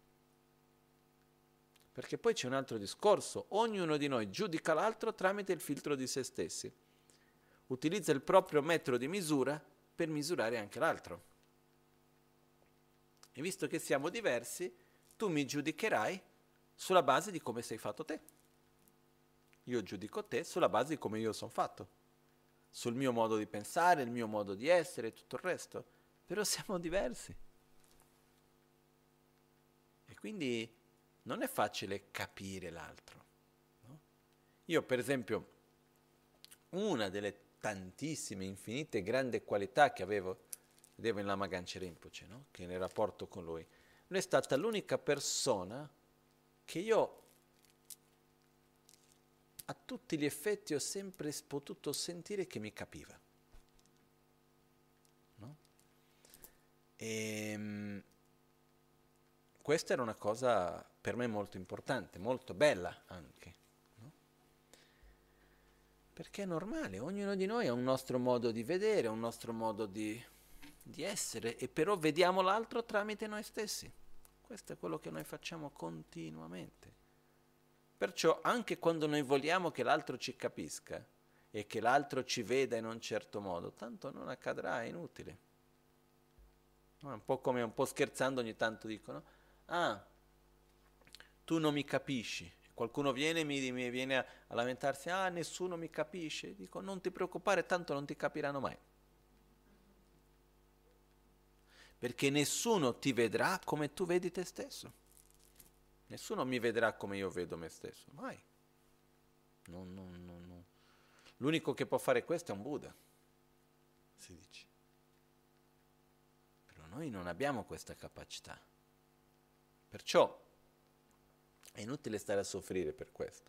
S2: Perché poi c'è un altro discorso, ognuno di noi giudica l'altro tramite il filtro di se stessi. Utilizza il proprio metro di misura per misurare anche l'altro. E visto che siamo diversi, tu mi giudicherai sulla base di come sei fatto te. Io giudico te sulla base di come io sono fatto, sul mio modo di pensare, il mio modo di essere e tutto il resto. Però siamo diversi. E quindi non è facile capire l'altro. No? Io, per esempio, una delle tantissime, infinite, grandi qualità che avevo, vedevo in Lama Ganchen Rinpoche, no? Che nel rapporto con lui, lui è stata l'unica persona che io a tutti gli effetti ho sempre potuto sentire che mi capiva. No? E questa era una cosa per me molto importante, molto bella anche. No? Perché è normale, ognuno di noi ha un nostro modo di vedere, un nostro modo di, di essere, e però vediamo l'altro tramite noi stessi. Questo è quello che noi facciamo continuamente. Perciò anche quando noi vogliamo che l'altro ci capisca e che l'altro ci veda in un certo modo, tanto non accadrà, è inutile. No, è un po' come, un po' scherzando ogni tanto dicono, ah, tu non mi capisci. Qualcuno viene e mi, mi viene a, a lamentarsi, ah, nessuno mi capisce. Dico, non ti preoccupare, tanto non ti capiranno mai. Perché nessuno ti vedrà come tu vedi te stesso. Nessuno mi vedrà come io vedo me stesso, mai. No, no, no, no. L'unico che può fare questo è un Buddha, si dice. Però noi non abbiamo questa capacità. Perciò è inutile stare a soffrire per questo.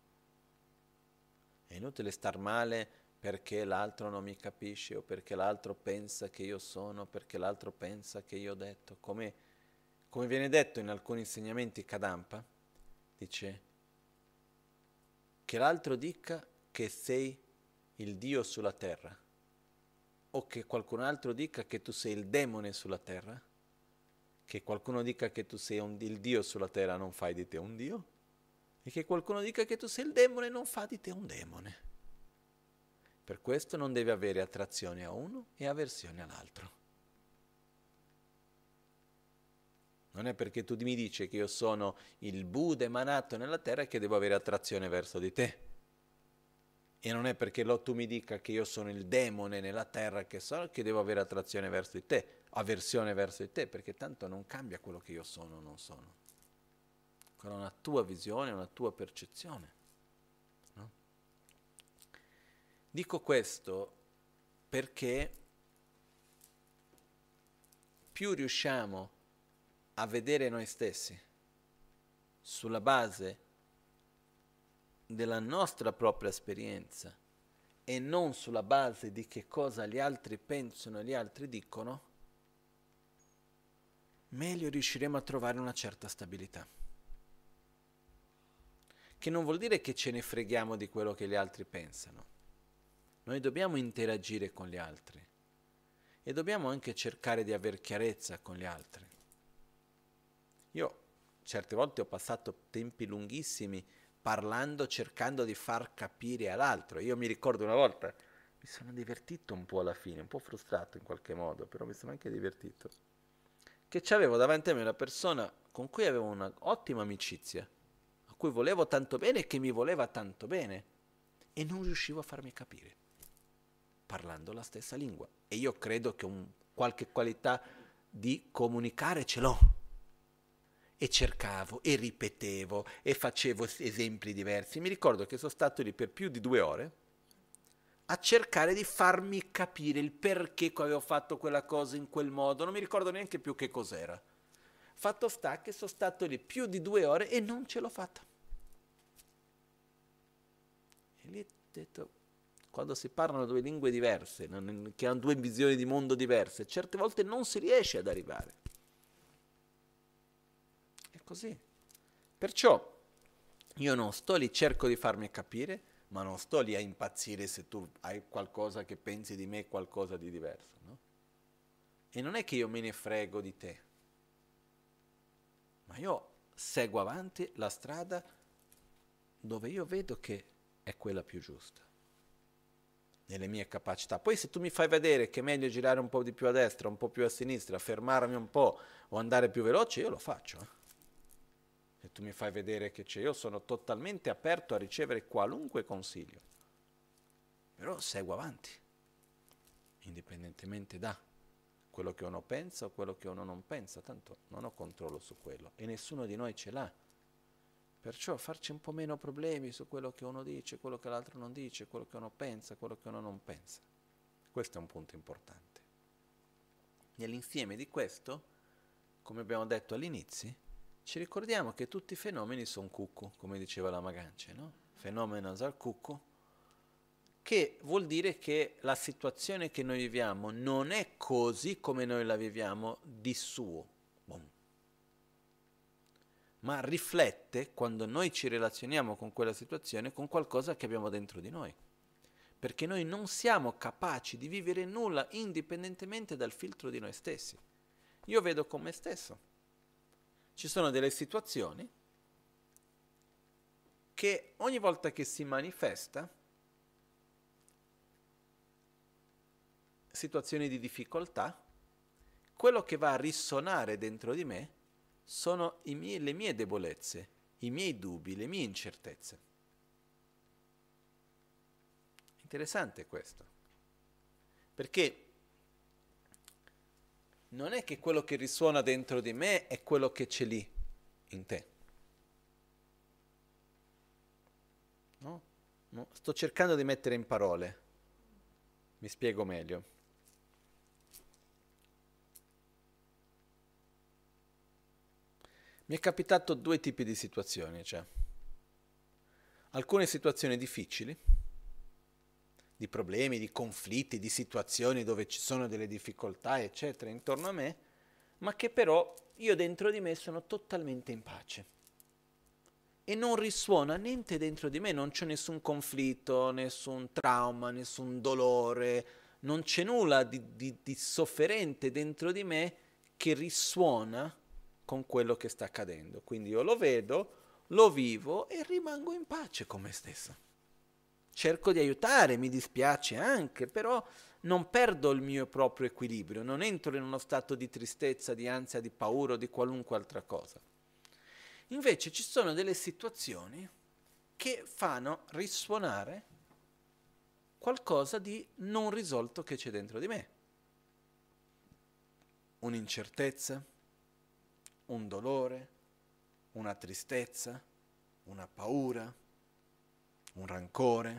S2: È inutile star male perché l'altro non mi capisce o perché l'altro pensa che io sono, perché l'altro pensa che io ho detto. Come, come viene detto in alcuni insegnamenti Kadampa, dice che l'altro dica che sei il Dio sulla terra o che qualcun altro dica che tu sei il demone sulla terra, che qualcuno dica che tu sei un, il Dio sulla terra, non fai di te un Dio, e che qualcuno dica che tu sei il demone, non fa di te un demone. Per questo non devi avere attrazione a uno e avversione all'altro. Non è perché tu mi dici che io sono il Buddha emanato nella terra che devo avere attrazione verso di te. E non è perché lo, tu mi dica che io sono il demone nella terra che sono che devo avere attrazione verso di te, avversione verso di te, perché tanto non cambia quello che io sono o non sono. Quella è una tua visione, una tua percezione. No? Dico questo perché più riusciamo a vedere noi stessi sulla base della nostra propria esperienza e non sulla base di che cosa gli altri pensano e gli altri dicono, meglio riusciremo a trovare una certa stabilità. Che non vuol dire che ce ne freghiamo di quello che gli altri pensano. Noi dobbiamo interagire con gli altri e dobbiamo anche cercare di avere chiarezza con gli altri. Io certe volte ho passato tempi lunghissimi parlando, cercando di far capire all'altro. Io mi ricordo una volta, mi sono divertito un po' alla fine, un po' frustrato in qualche modo, però mi sono anche divertito, che c'avevo davanti a me una persona con cui avevo un'ottima amicizia, a cui volevo tanto bene e che mi voleva tanto bene, e non riuscivo a farmi capire, parlando la stessa lingua. E io credo che un, qualche qualità di comunicare ce l'ho. E cercavo, e ripetevo, e facevo esempi diversi. Mi ricordo che sono stato lì per più di due ore a cercare di farmi capire il perché avevo fatto quella cosa in quel modo. Non mi ricordo neanche più che cos'era. Fatto sta che sono stato lì più di due ore e non ce l'ho fatta. E lì ho detto, quando si parlano due lingue diverse, non, che hanno due visioni di mondo diverse, certe volte non si riesce ad arrivare. È così. Perciò io non sto lì, cerco di farmi capire, ma non sto lì a impazzire se tu hai qualcosa che pensi di me, qualcosa di diverso, no? E non è che io me ne frego di te, ma io seguo avanti la strada dove io vedo che è quella più giusta, nelle mie capacità. Poi se tu mi fai vedere che è meglio girare un po' di più a destra, un po' più a sinistra, fermarmi un po' o andare più veloce, io lo faccio. Eh? Se tu mi fai vedere che c'è, io sono totalmente aperto a ricevere qualunque consiglio, però seguo avanti, indipendentemente da quello che uno pensa o quello che uno non pensa, tanto non ho controllo su quello e nessuno di noi ce l'ha. Perciò farci un po' meno problemi su quello che uno dice, quello che l'altro non dice, quello che uno pensa, quello che uno non pensa. Questo è un punto importante. Nell'insieme di questo, come abbiamo detto all'inizio, ci ricordiamo che tutti i fenomeni sono cucù, come diceva la Magance, no? Fenomeno al cucù, che vuol dire che la situazione che noi viviamo non è così come noi la viviamo di suo. Boom. Ma riflette, quando noi ci relazioniamo con quella situazione, con qualcosa che abbiamo dentro di noi. Perché noi non siamo capaci di vivere nulla indipendentemente dal filtro di noi stessi. Io vedo con me stesso. Ci sono delle situazioni che ogni volta che si manifesta, situazioni di difficoltà, quello che va a risuonare dentro di me sono i miei, le mie debolezze, i miei dubbi, le mie incertezze. Interessante questo, perché non è che quello che risuona dentro di me è quello che c'è lì in te. No? No? Sto cercando di mettere in parole, mi spiego meglio. Mi è capitato due tipi di situazioni, cioè alcune situazioni difficili, di problemi, di conflitti, di situazioni dove ci sono delle difficoltà, eccetera, intorno a me, ma che però io dentro di me sono totalmente in pace. E non risuona niente dentro di me, non c'è nessun conflitto, nessun trauma, nessun dolore, non c'è nulla di, di, di sofferente dentro di me che risuona con quello che sta accadendo. Quindi io lo vedo, lo vivo e rimango in pace con me stesso. Cerco di aiutare, mi dispiace anche, però non perdo il mio proprio equilibrio, non entro in uno stato di tristezza, di ansia, di paura o di qualunque altra cosa. Invece ci sono delle situazioni che fanno risuonare qualcosa di non risolto che c'è dentro di me. Un'incertezza, un dolore, una tristezza, una paura, un rancore.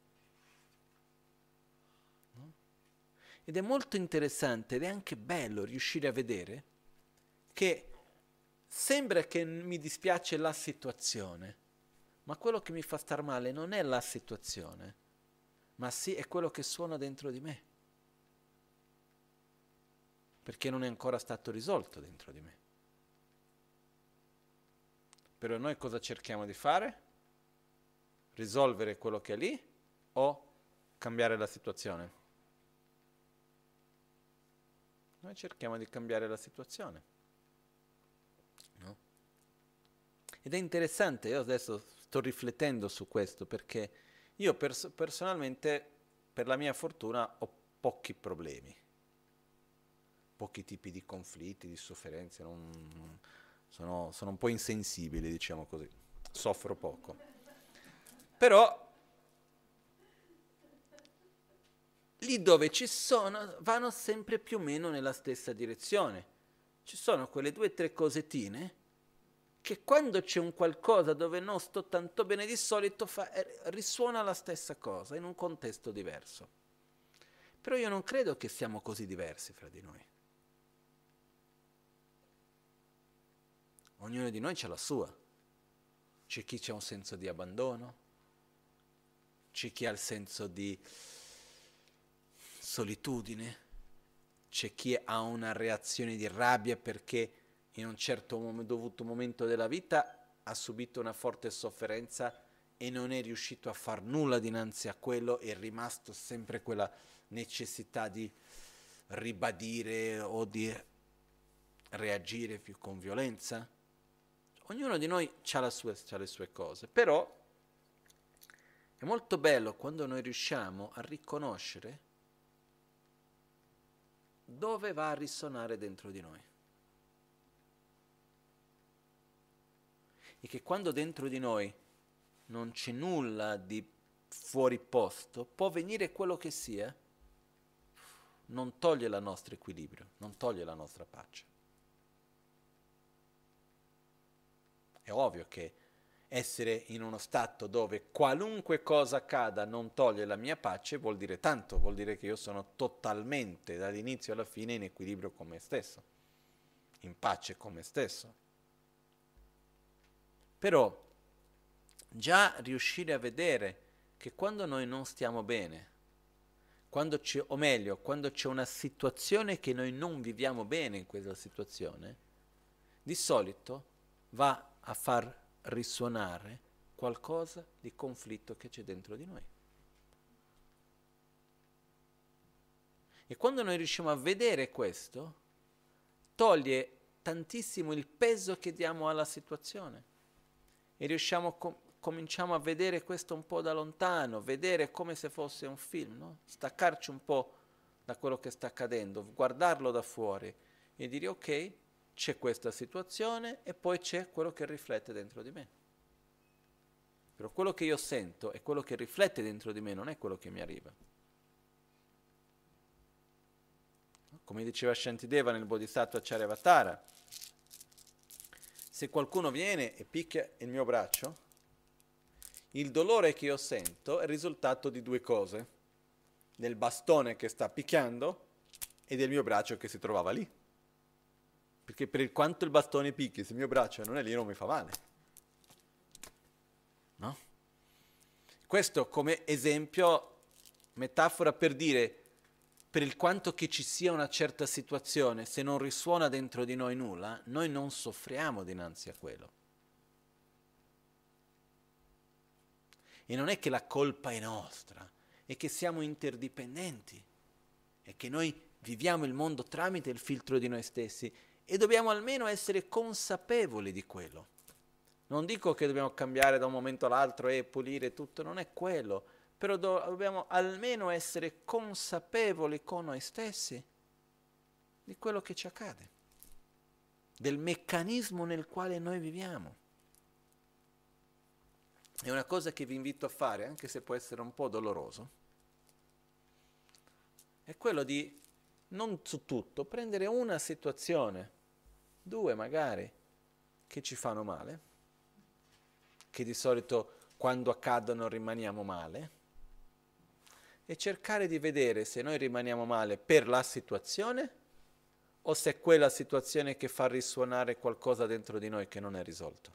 S2: No? Ed è molto interessante ed è anche bello riuscire a vedere che sembra che mi dispiace la situazione, ma quello che mi fa star male non è la situazione, ma sì è quello che suona dentro di me, perché non è ancora stato risolto dentro di me. Però noi cosa cerchiamo di fare? Risolvere quello che è lì o cambiare la situazione? noi cerchiamo di cambiare la situazione. No? Ed è interessante, io adesso sto riflettendo su questo, perché io pers- personalmente, per la mia fortuna, ho pochi problemi, pochi tipi di conflitti, di sofferenze, non, sono, sono un po' insensibile, diciamo così, soffro poco. Però lì dove ci sono, vanno sempre più o meno nella stessa direzione. Ci sono quelle due o tre cosettine che quando c'è un qualcosa dove non sto tanto bene di solito fa, eh, risuona la stessa cosa in un contesto diverso. Però io non credo che siamo così diversi fra di noi. Ognuno di noi ha la sua. C'è chi ha un senso di abbandono, c'è chi ha il senso di solitudine, c'è chi ha una reazione di rabbia perché in un certo mom- dovuto momento della vita ha subito una forte sofferenza e non è riuscito a far nulla dinanzi a quello, è rimasto sempre quella necessità di ribadire o di reagire più con violenza. Ognuno di noi ha le sue cose, però è molto bello quando noi riusciamo a riconoscere dove va a risuonare dentro di noi. E che quando dentro di noi non c'è nulla di fuori posto, può venire quello che sia, non toglie il nostro equilibrio, non toglie la nostra pace. È ovvio che essere in uno stato dove qualunque cosa accada non toglie la mia pace vuol dire tanto, vuol dire che io sono totalmente dall'inizio alla fine in equilibrio con me stesso, in pace con me stesso. Però già riuscire a vedere che quando noi non stiamo bene, quando c'è, o meglio, quando c'è una situazione che noi non viviamo bene in quella situazione, di solito va a far risuonare qualcosa di conflitto che c'è dentro di noi. E quando noi riusciamo a vedere questo, toglie tantissimo il peso che diamo alla situazione e riusciamo a com- cominciamo a vedere questo un po' da lontano, vedere come se fosse un film, no? Staccarci un po' da quello che sta accadendo, guardarlo da fuori e dire ok, c'è questa situazione e poi c'è quello che riflette dentro di me. Però quello che io sento e quello che riflette dentro di me non è quello che mi arriva. Come diceva Shantideva nel Bodhisattva Charyavatara, se qualcuno viene e picchia il mio braccio, il dolore che io sento è il risultato di due cose, del bastone che sta picchiando e del mio braccio che si trovava lì. Perché per quanto il bastone picchi, se il mio braccio non è lì non mi fa male. No? Questo come esempio, metafora per dire, per il quanto che ci sia una certa situazione, se non risuona dentro di noi nulla, noi non soffriamo dinanzi a quello. E non è che la colpa è nostra, è che siamo interdipendenti, è che noi viviamo il mondo tramite il filtro di noi stessi e dobbiamo almeno essere consapevoli di quello. Non dico che dobbiamo cambiare da un momento all'altro e pulire tutto, non è quello, però do- dobbiamo almeno essere consapevoli con noi stessi di quello che ci accade, del meccanismo nel quale noi viviamo. È una cosa che vi invito a fare, anche se può essere un po' doloroso, è quello di, non su tutto, prendere una situazione, due magari, che ci fanno male, che di solito quando accadono rimaniamo male, e cercare di vedere se noi rimaniamo male per la situazione o se è quella situazione che fa risuonare qualcosa dentro di noi che non è risolto.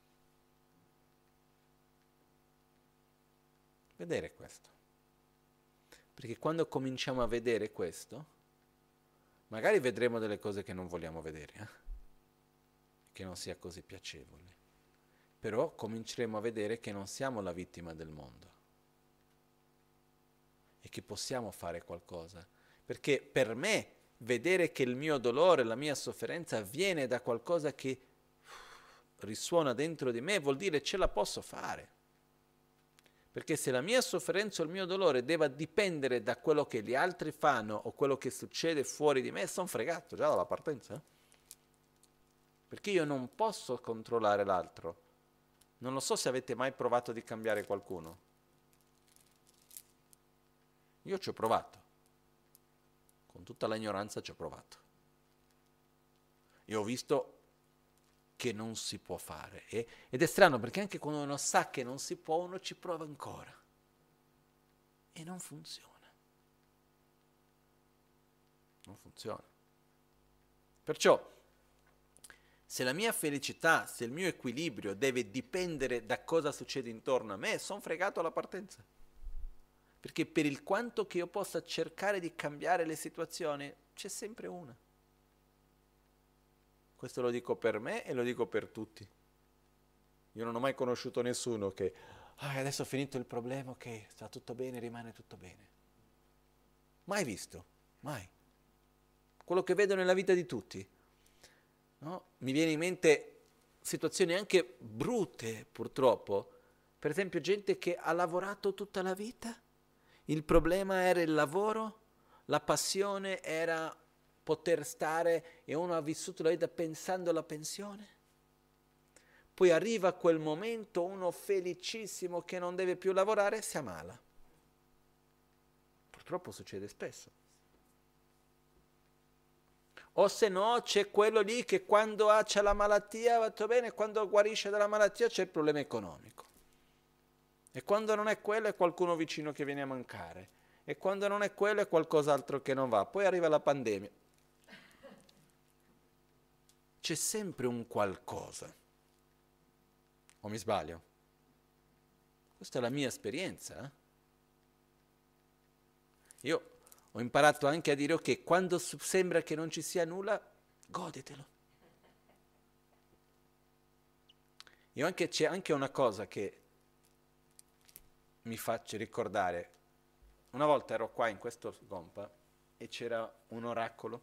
S2: Vedere questo. Perché quando cominciamo a vedere questo, magari vedremo delle cose che non vogliamo vedere, eh? Che non sia così piacevole. Però cominceremo a vedere che non siamo la vittima del mondo e che possiamo fare qualcosa. Perché per me vedere che il mio dolore, la mia sofferenza viene da qualcosa che risuona dentro di me, vuol dire ce la posso fare. Perché se la mia sofferenza o il mio dolore deve dipendere da quello che gli altri fanno o quello che succede fuori di me, sono fregato già dalla partenza. Eh? Perché io non posso controllare l'altro. Non lo so se avete mai provato di cambiare qualcuno. Io ci ho provato. Con tutta la ignoranza ci ho provato. E ho visto che non si può fare. E, ed è strano perché anche quando uno sa che non si può, uno ci prova ancora. E non funziona. Non funziona. Perciò, se la mia felicità, se il mio equilibrio deve dipendere da cosa succede intorno a me, sono fregato alla partenza. Perché per il quanto che io possa cercare di cambiare le situazioni, c'è sempre una. Questo lo dico per me e lo dico per tutti. Io non ho mai conosciuto nessuno che, ah, adesso ho finito il problema, ok, sta tutto bene, rimane tutto bene. Mai visto, mai. Quello che vedo nella vita di tutti. No? Mi viene in mente situazioni anche brutte, purtroppo. Per esempio, gente che ha lavorato tutta la vita, il problema era il lavoro, la passione era poter stare e uno ha vissuto la vita pensando alla pensione. Poi arriva quel momento, uno felicissimo che non deve più lavorare e si ammala. Purtroppo succede spesso. O se no c'è quello lì che quando ha c'è la malattia va tutto bene, quando guarisce dalla malattia c'è il problema economico. E quando non è quello è qualcuno vicino che viene a mancare. E quando non è quello è qualcos'altro che non va. Poi arriva la pandemia. C'è sempre un qualcosa. O mi sbaglio? Questa è la mia esperienza. Eh? Io ho imparato anche a dire, ok, quando sembra che non ci sia nulla, godetelo. Io anche, c'è anche una cosa che mi faccio ricordare. Una volta ero qua in questo Gompa e c'era un oracolo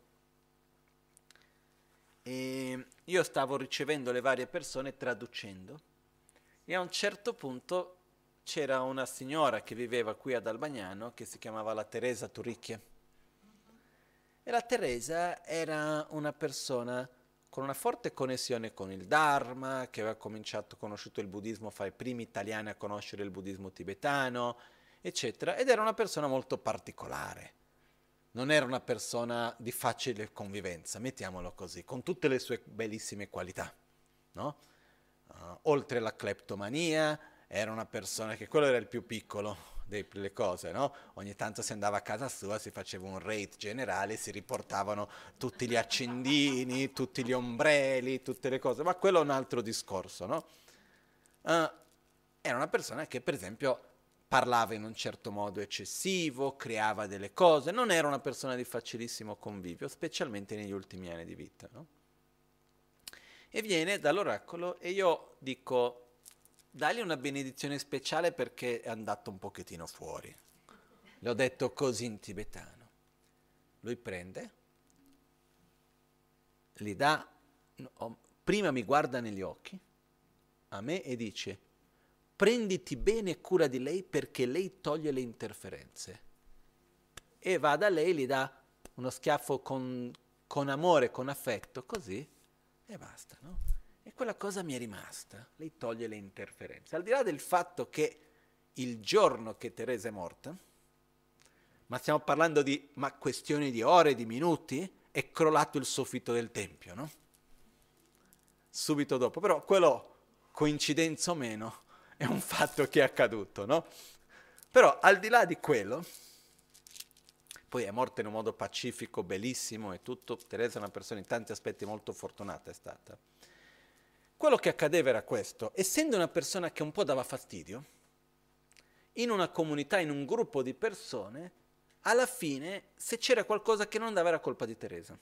S2: e io stavo ricevendo le varie persone traducendo e a un certo punto c'era una signora che viveva qui ad Albagnano che si chiamava la Teresa Turricchia e la Teresa era una persona con una forte connessione con il Dharma, che aveva cominciato, conosciuto il buddismo, fra i primi italiani a conoscere il buddismo tibetano, eccetera, ed era una persona molto particolare. Non era una persona di facile convivenza, mettiamolo così, con tutte le sue bellissime qualità, no? Uh, oltre la cleptomania, era una persona che quello era il più piccolo delle cose, no? Ogni tanto si andava a casa sua, si faceva un raid generale, si riportavano tutti gli accendini, tutti gli ombrelli, tutte le cose, ma quello è un altro discorso, no? Uh, era una persona che, per esempio, parlava in un certo modo eccessivo, creava delle cose, non era una persona di facilissimo convivio, specialmente negli ultimi anni di vita, no? E viene dall'oracolo e io dico, dagli una benedizione speciale perché è andato un pochettino fuori. Le ho detto così in tibetano. Lui prende, gli dà, no, prima mi guarda negli occhi, a me, e dice, prenditi bene cura di lei perché lei toglie le interferenze. E va da lei, gli dà uno schiaffo con, con amore, con affetto, così, e basta, no? E quella cosa mi è rimasta, lei toglie le interferenze. Al di là del fatto che il giorno che Teresa è morta, ma stiamo parlando di ma questioni di ore, di minuti, è crollato il soffitto del tempio, no? Subito dopo, però quello, coincidenza o meno, è un fatto che è accaduto, no? Però al di là di quello, poi è morta in un modo pacifico, bellissimo e tutto, Teresa è una persona in tanti aspetti molto fortunata, è stata. Quello che accadeva era questo, essendo una persona che un po' dava fastidio, in una comunità, in un gruppo di persone, alla fine, se c'era qualcosa che non andava era colpa di Teresa.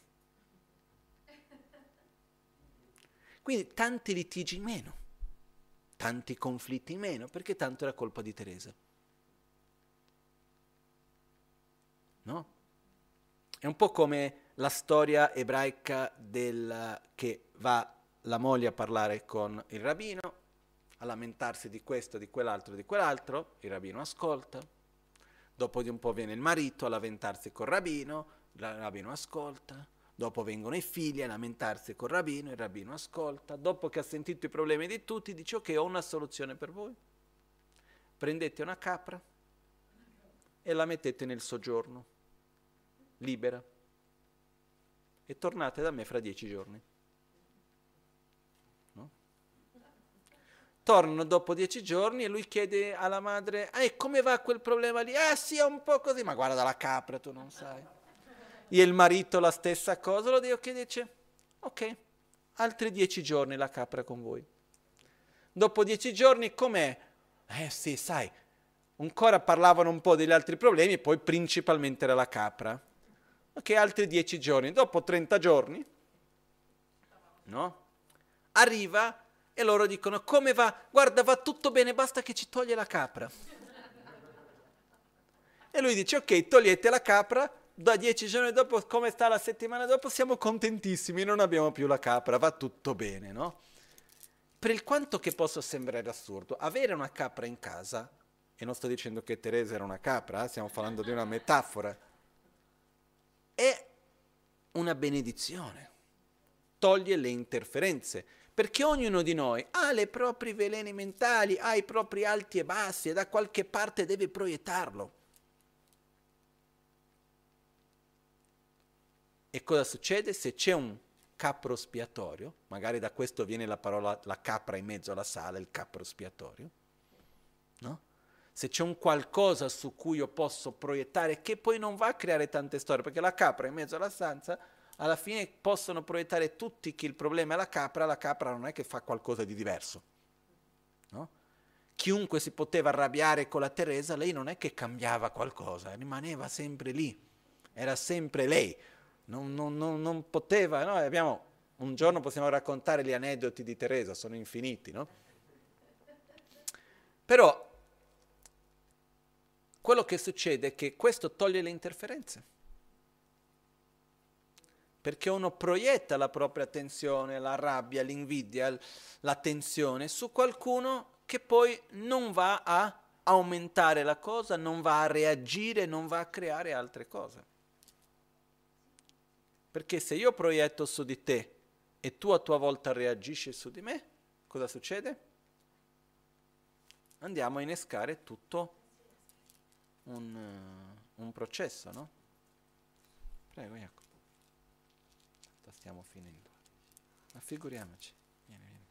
S2: Quindi tanti litigi meno, tanti conflitti meno, perché tanto era colpa di Teresa. No? È un po' come la storia ebraica del che va la moglie a parlare con il rabbino, a lamentarsi di questo, di quell'altro, di quell'altro, il rabbino ascolta, dopo di un po' viene il marito a lamentarsi col rabbino, il rabbino ascolta, dopo vengono i figli a lamentarsi col rabbino, il rabbino ascolta, dopo che ha sentito i problemi di tutti dice ok, ho una soluzione per voi, prendete una capra e la mettete nel soggiorno, libera, e tornate da me fra dieci giorni. No? Tornano dopo dieci giorni e lui chiede alla madre, eh, come va quel problema lì? Ah sì, è un po' così, ma guarda la capra, tu non sai. E il marito la stessa cosa, lo Dio che dice, ok, altri dieci giorni la capra con voi. Dopo dieci giorni com'è? Eh sì, sai, ancora parlavano un po' degli altri problemi e poi principalmente era la capra. Ok, altri dieci giorni. Dopo trenta giorni, no? Arriva e loro dicono, come va? Guarda, va tutto bene, basta che ci toglie la capra. E lui dice, ok, togliete la capra, da dieci giorni dopo, come sta la settimana dopo, siamo contentissimi, non abbiamo più la capra, va tutto bene, no? Per il quanto che possa sembrare assurdo, avere una capra in casa, e non sto dicendo che Teresa era una capra, eh, stiamo parlando di una metafora, è una benedizione, toglie le interferenze, perché ognuno di noi ha i propri veleni mentali, ha i propri alti e bassi e da qualche parte deve proiettarlo. E cosa succede? Se c'è un capro spiatorio, magari da questo viene la parola, la capra in mezzo alla sala, il capro spiatorio, no? Se c'è un qualcosa su cui io posso proiettare, che poi non va a creare tante storie, perché la capra in mezzo alla stanza, alla fine possono proiettare tutti che il problema è la capra, la capra non è che fa qualcosa di diverso. No? Chiunque si poteva arrabbiare con la Teresa, lei non è che cambiava qualcosa, rimaneva sempre lì, era sempre lei, non, non, non, non poteva, no? Abbiamo, un giorno possiamo raccontare gli aneddoti di Teresa, sono infiniti, no? Però quello che succede è che questo toglie le interferenze, perché uno proietta la propria attenzione, la rabbia, l'invidia, la tensione su qualcuno che poi non va a aumentare la cosa, non va a reagire, non va a creare altre cose. Perché se io proietto su di te e tu a tua volta reagisci su di me, cosa succede? Andiamo a innescare tutto Un, uh, un processo, no? Prego, Jacopo. Stiamo finendo. Ma figuriamoci. Vieni, vieni.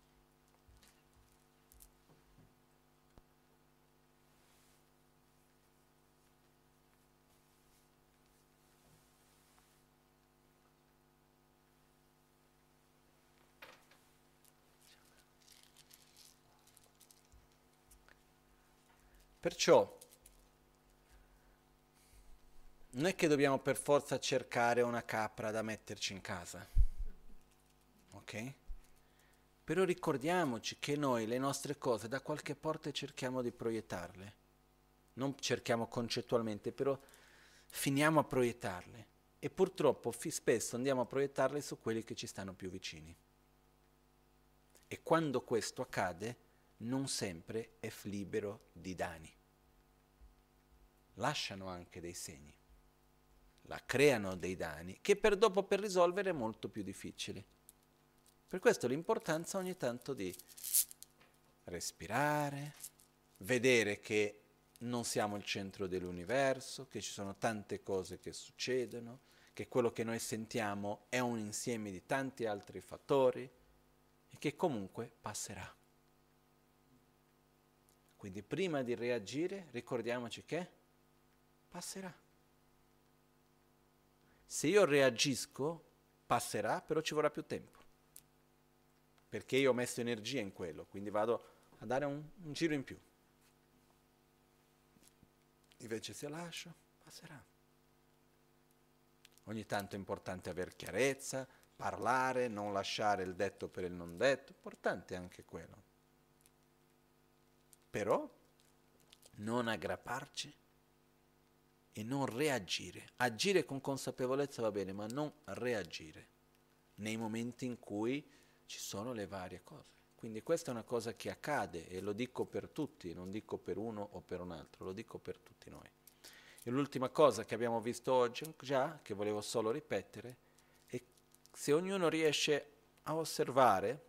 S2: Perciò non è che dobbiamo per forza cercare una capra da metterci in casa, ok? Però ricordiamoci che noi le nostre cose da qualche parte cerchiamo di proiettarle, non cerchiamo concettualmente, però finiamo a proiettarle e purtroppo spesso andiamo a proiettarle su quelli che ci stanno più vicini. E quando questo accade, non sempre è libero di danni. Lasciano anche dei segni. La creano dei danni che per dopo per risolvere è molto più difficili. Per questo l'importanza ogni tanto di respirare, vedere che non siamo il centro dell'universo, che ci sono tante cose che succedono, che quello che noi sentiamo è un insieme di tanti altri fattori e che comunque passerà. Quindi prima di reagire ricordiamoci che passerà. Se io reagisco, passerà, però ci vorrà più tempo. Perché io ho messo energia in quello, quindi vado a dare un, un giro in più. Invece se lascio, passerà. Ogni tanto è importante avere chiarezza, parlare, non lasciare il detto per il non detto, importante anche quello. Però non aggrapparci e non reagire. Agire con consapevolezza va bene, ma non reagire nei momenti in cui ci sono le varie cose. Quindi questa è una cosa che accade, e lo dico per tutti, non dico per uno o per un altro, lo dico per tutti noi. E l'ultima cosa che abbiamo visto oggi, già, che volevo solo ripetere, è se ognuno riesce a osservare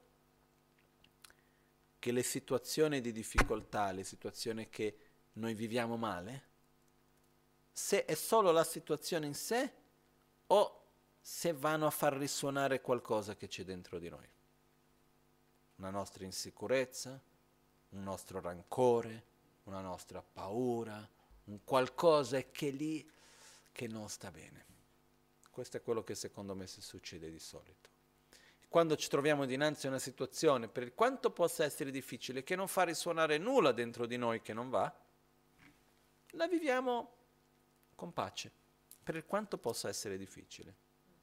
S2: che le situazioni di difficoltà, le situazioni che noi viviamo male, se è solo la situazione in sé o se vanno a far risuonare qualcosa che c'è dentro di noi. Una nostra insicurezza, un nostro rancore, una nostra paura, un qualcosa che è lì che non sta bene. Questo è quello che secondo me si succede di solito. Quando ci troviamo dinanzi a una situazione, per quanto possa essere difficile, che non fa risuonare nulla dentro di noi che non va, la viviamo con pace, per quanto possa essere difficile.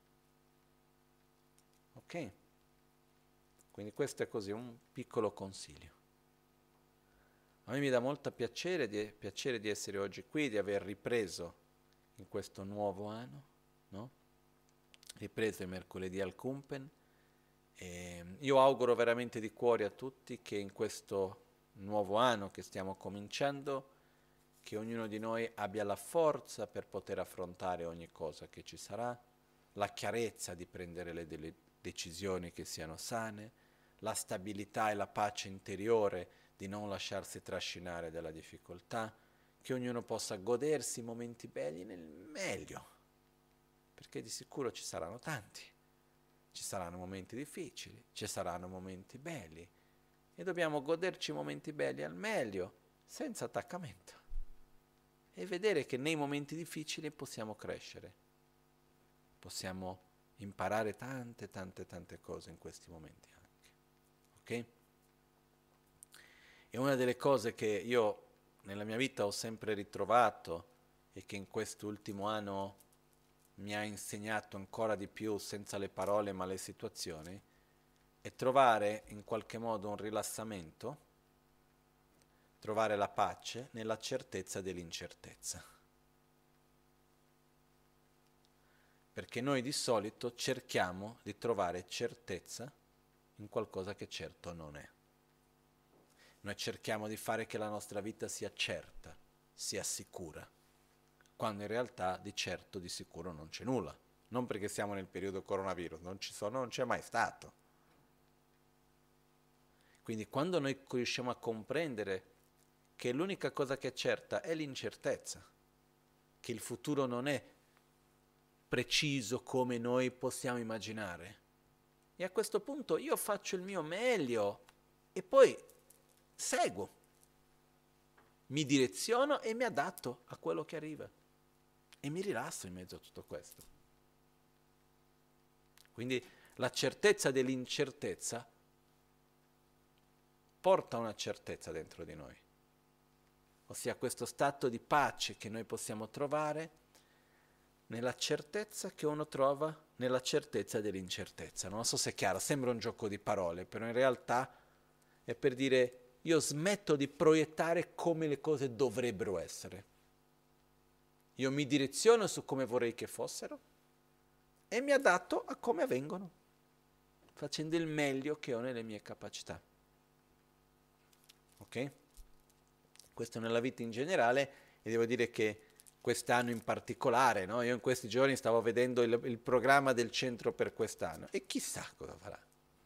S2: Ok? Quindi questo è così, un piccolo consiglio. A me mi dà molto piacere di, piacere di essere oggi qui, di aver ripreso in questo nuovo anno, no? Ripreso il mercoledì al Kumpen. E io auguro veramente di cuore a tutti che in questo nuovo anno che stiamo cominciando, che ognuno di noi abbia la forza per poter affrontare ogni cosa che ci sarà, la chiarezza di prendere le delle decisioni che siano sane, la stabilità e la pace interiore di non lasciarsi trascinare dalla difficoltà, che ognuno possa godersi i momenti belli nel meglio, perché di sicuro ci saranno tanti. Ci saranno momenti difficili, ci saranno momenti belli e dobbiamo goderci i momenti belli al meglio, senza attaccamento, e vedere che nei momenti difficili possiamo crescere, possiamo imparare tante, tante, tante cose in questi momenti anche. Ok? E una delle cose che io nella mia vita ho sempre ritrovato e che in quest'ultimo anno mi ha insegnato ancora di più, senza le parole ma le situazioni, è trovare in qualche modo un rilassamento, trovare la pace nella certezza dell'incertezza. Perché noi di solito cerchiamo di trovare certezza in qualcosa che certo non è. Noi cerchiamo di fare che la nostra vita sia certa, sia sicura, quando in realtà di certo, di sicuro non c'è nulla. Non perché siamo nel periodo coronavirus, non ci sono, non c'è mai stato. Quindi quando noi riusciamo a comprendere che l'unica cosa che è certa è l'incertezza, che il futuro non è preciso come noi possiamo immaginare, e a questo punto io faccio il mio meglio e poi seguo, mi direziono e mi adatto a quello che arriva. E mi rilasso in mezzo a tutto questo. Quindi la certezza dell'incertezza porta una certezza dentro di noi, ossia questo stato di pace che noi possiamo trovare nella certezza che uno trova nella certezza dell'incertezza. Non so se è chiaro, sembra un gioco di parole, però in realtà è per dire io smetto di proiettare come le cose dovrebbero essere. Io mi direziono su come vorrei che fossero e mi adatto a come avvengono, facendo il meglio che ho nelle mie capacità. Ok? Questo nella vita in generale, e devo dire che quest'anno in particolare, no? Io in questi giorni stavo vedendo il, il programma del centro per quest'anno e chissà cosa farà.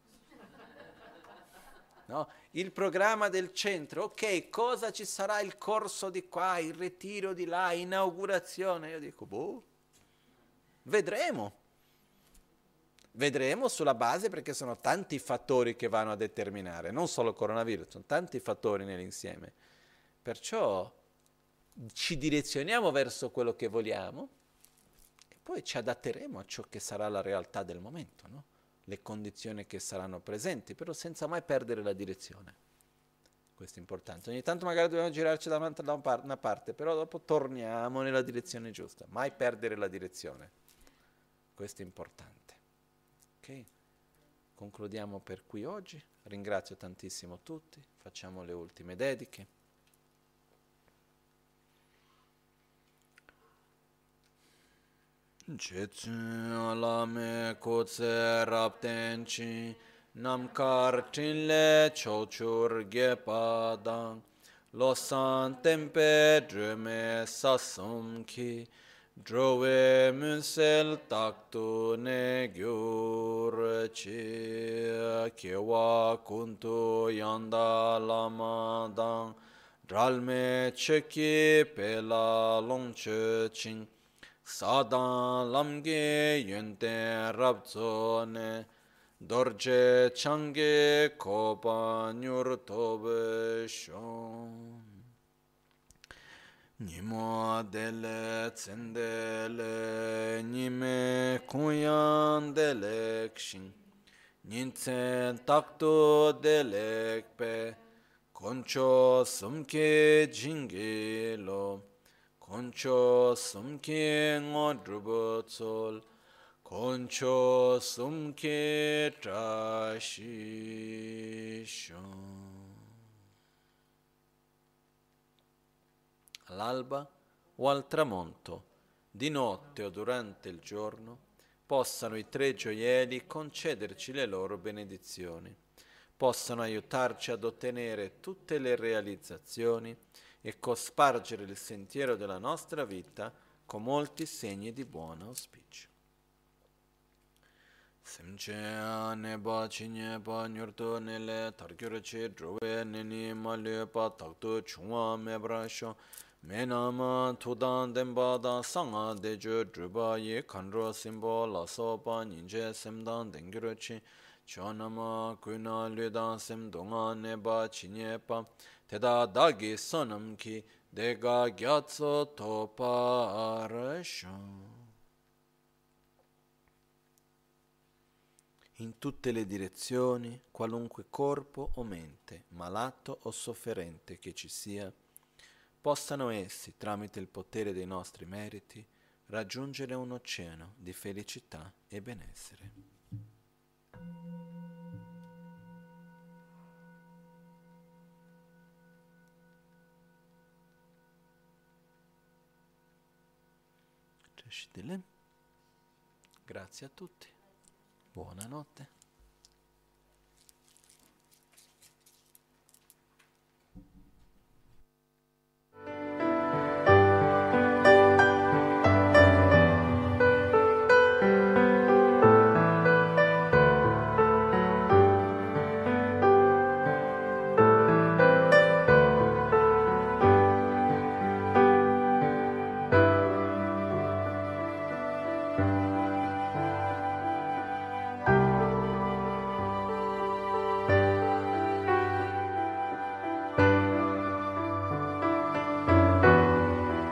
S2: No? Il programma del centro, ok, cosa ci sarà, il corso di qua, il ritiro di là, inaugurazione, io dico, boh, vedremo, vedremo sulla base, perché sono tanti fattori che vanno a determinare, non solo coronavirus, sono tanti fattori nell'insieme, perciò ci direzioniamo verso quello che vogliamo e poi ci adatteremo a ciò che sarà la realtà del momento, no? Le condizioni che saranno presenti, però senza mai perdere la direzione. Questo è importante. Ogni tanto magari dobbiamo girarci da una, da una parte, però dopo torniamo nella direzione giusta. Mai perdere la direzione. Questo è importante. Ok? Concludiamo per qui oggi. Ringrazio tantissimo tutti. Facciamo le ultime dediche.
S1: Jetsu alame kotse raptenchi namkar chinle chochur gepadang losan tempe drume sasumki drove munsel taktu ne gyurchi kewa kuntu yanda lamadang dralme cheki pela longche ching Sadan lamge yönten rabzone dorje change kopa nyur tobe shon Nimo dele tsendele nime kuyan delek shin Nintsen takto delek pe koncho sumke jingelo Concho sumke ngodrubo tsol, concho sumke trashishon. All'alba o al tramonto, di notte o durante il giorno, possano i tre gioielli concederci le loro benedizioni, possano aiutarci ad ottenere tutte le realizzazioni e cospargere il sentiero della nostra vita con molti segni di buon auspicio. Semce neba cinye pa nyurto nele targyurche drove neni malye pa takto chungwa mebrasho menama tudan demba da sanga dejo druba ye kanro simbo laso pa ninje semdan dengyurche chonama kuna lyedan sem donga neba cinye pa Teda dagi sonam ki dega gyatso topa arasho. In tutte le direzioni, qualunque corpo o mente, malato o sofferente che ci sia, possano essi, tramite il potere dei nostri meriti, raggiungere un oceano di felicità e benessere. Grazie a tutti, buonanotte.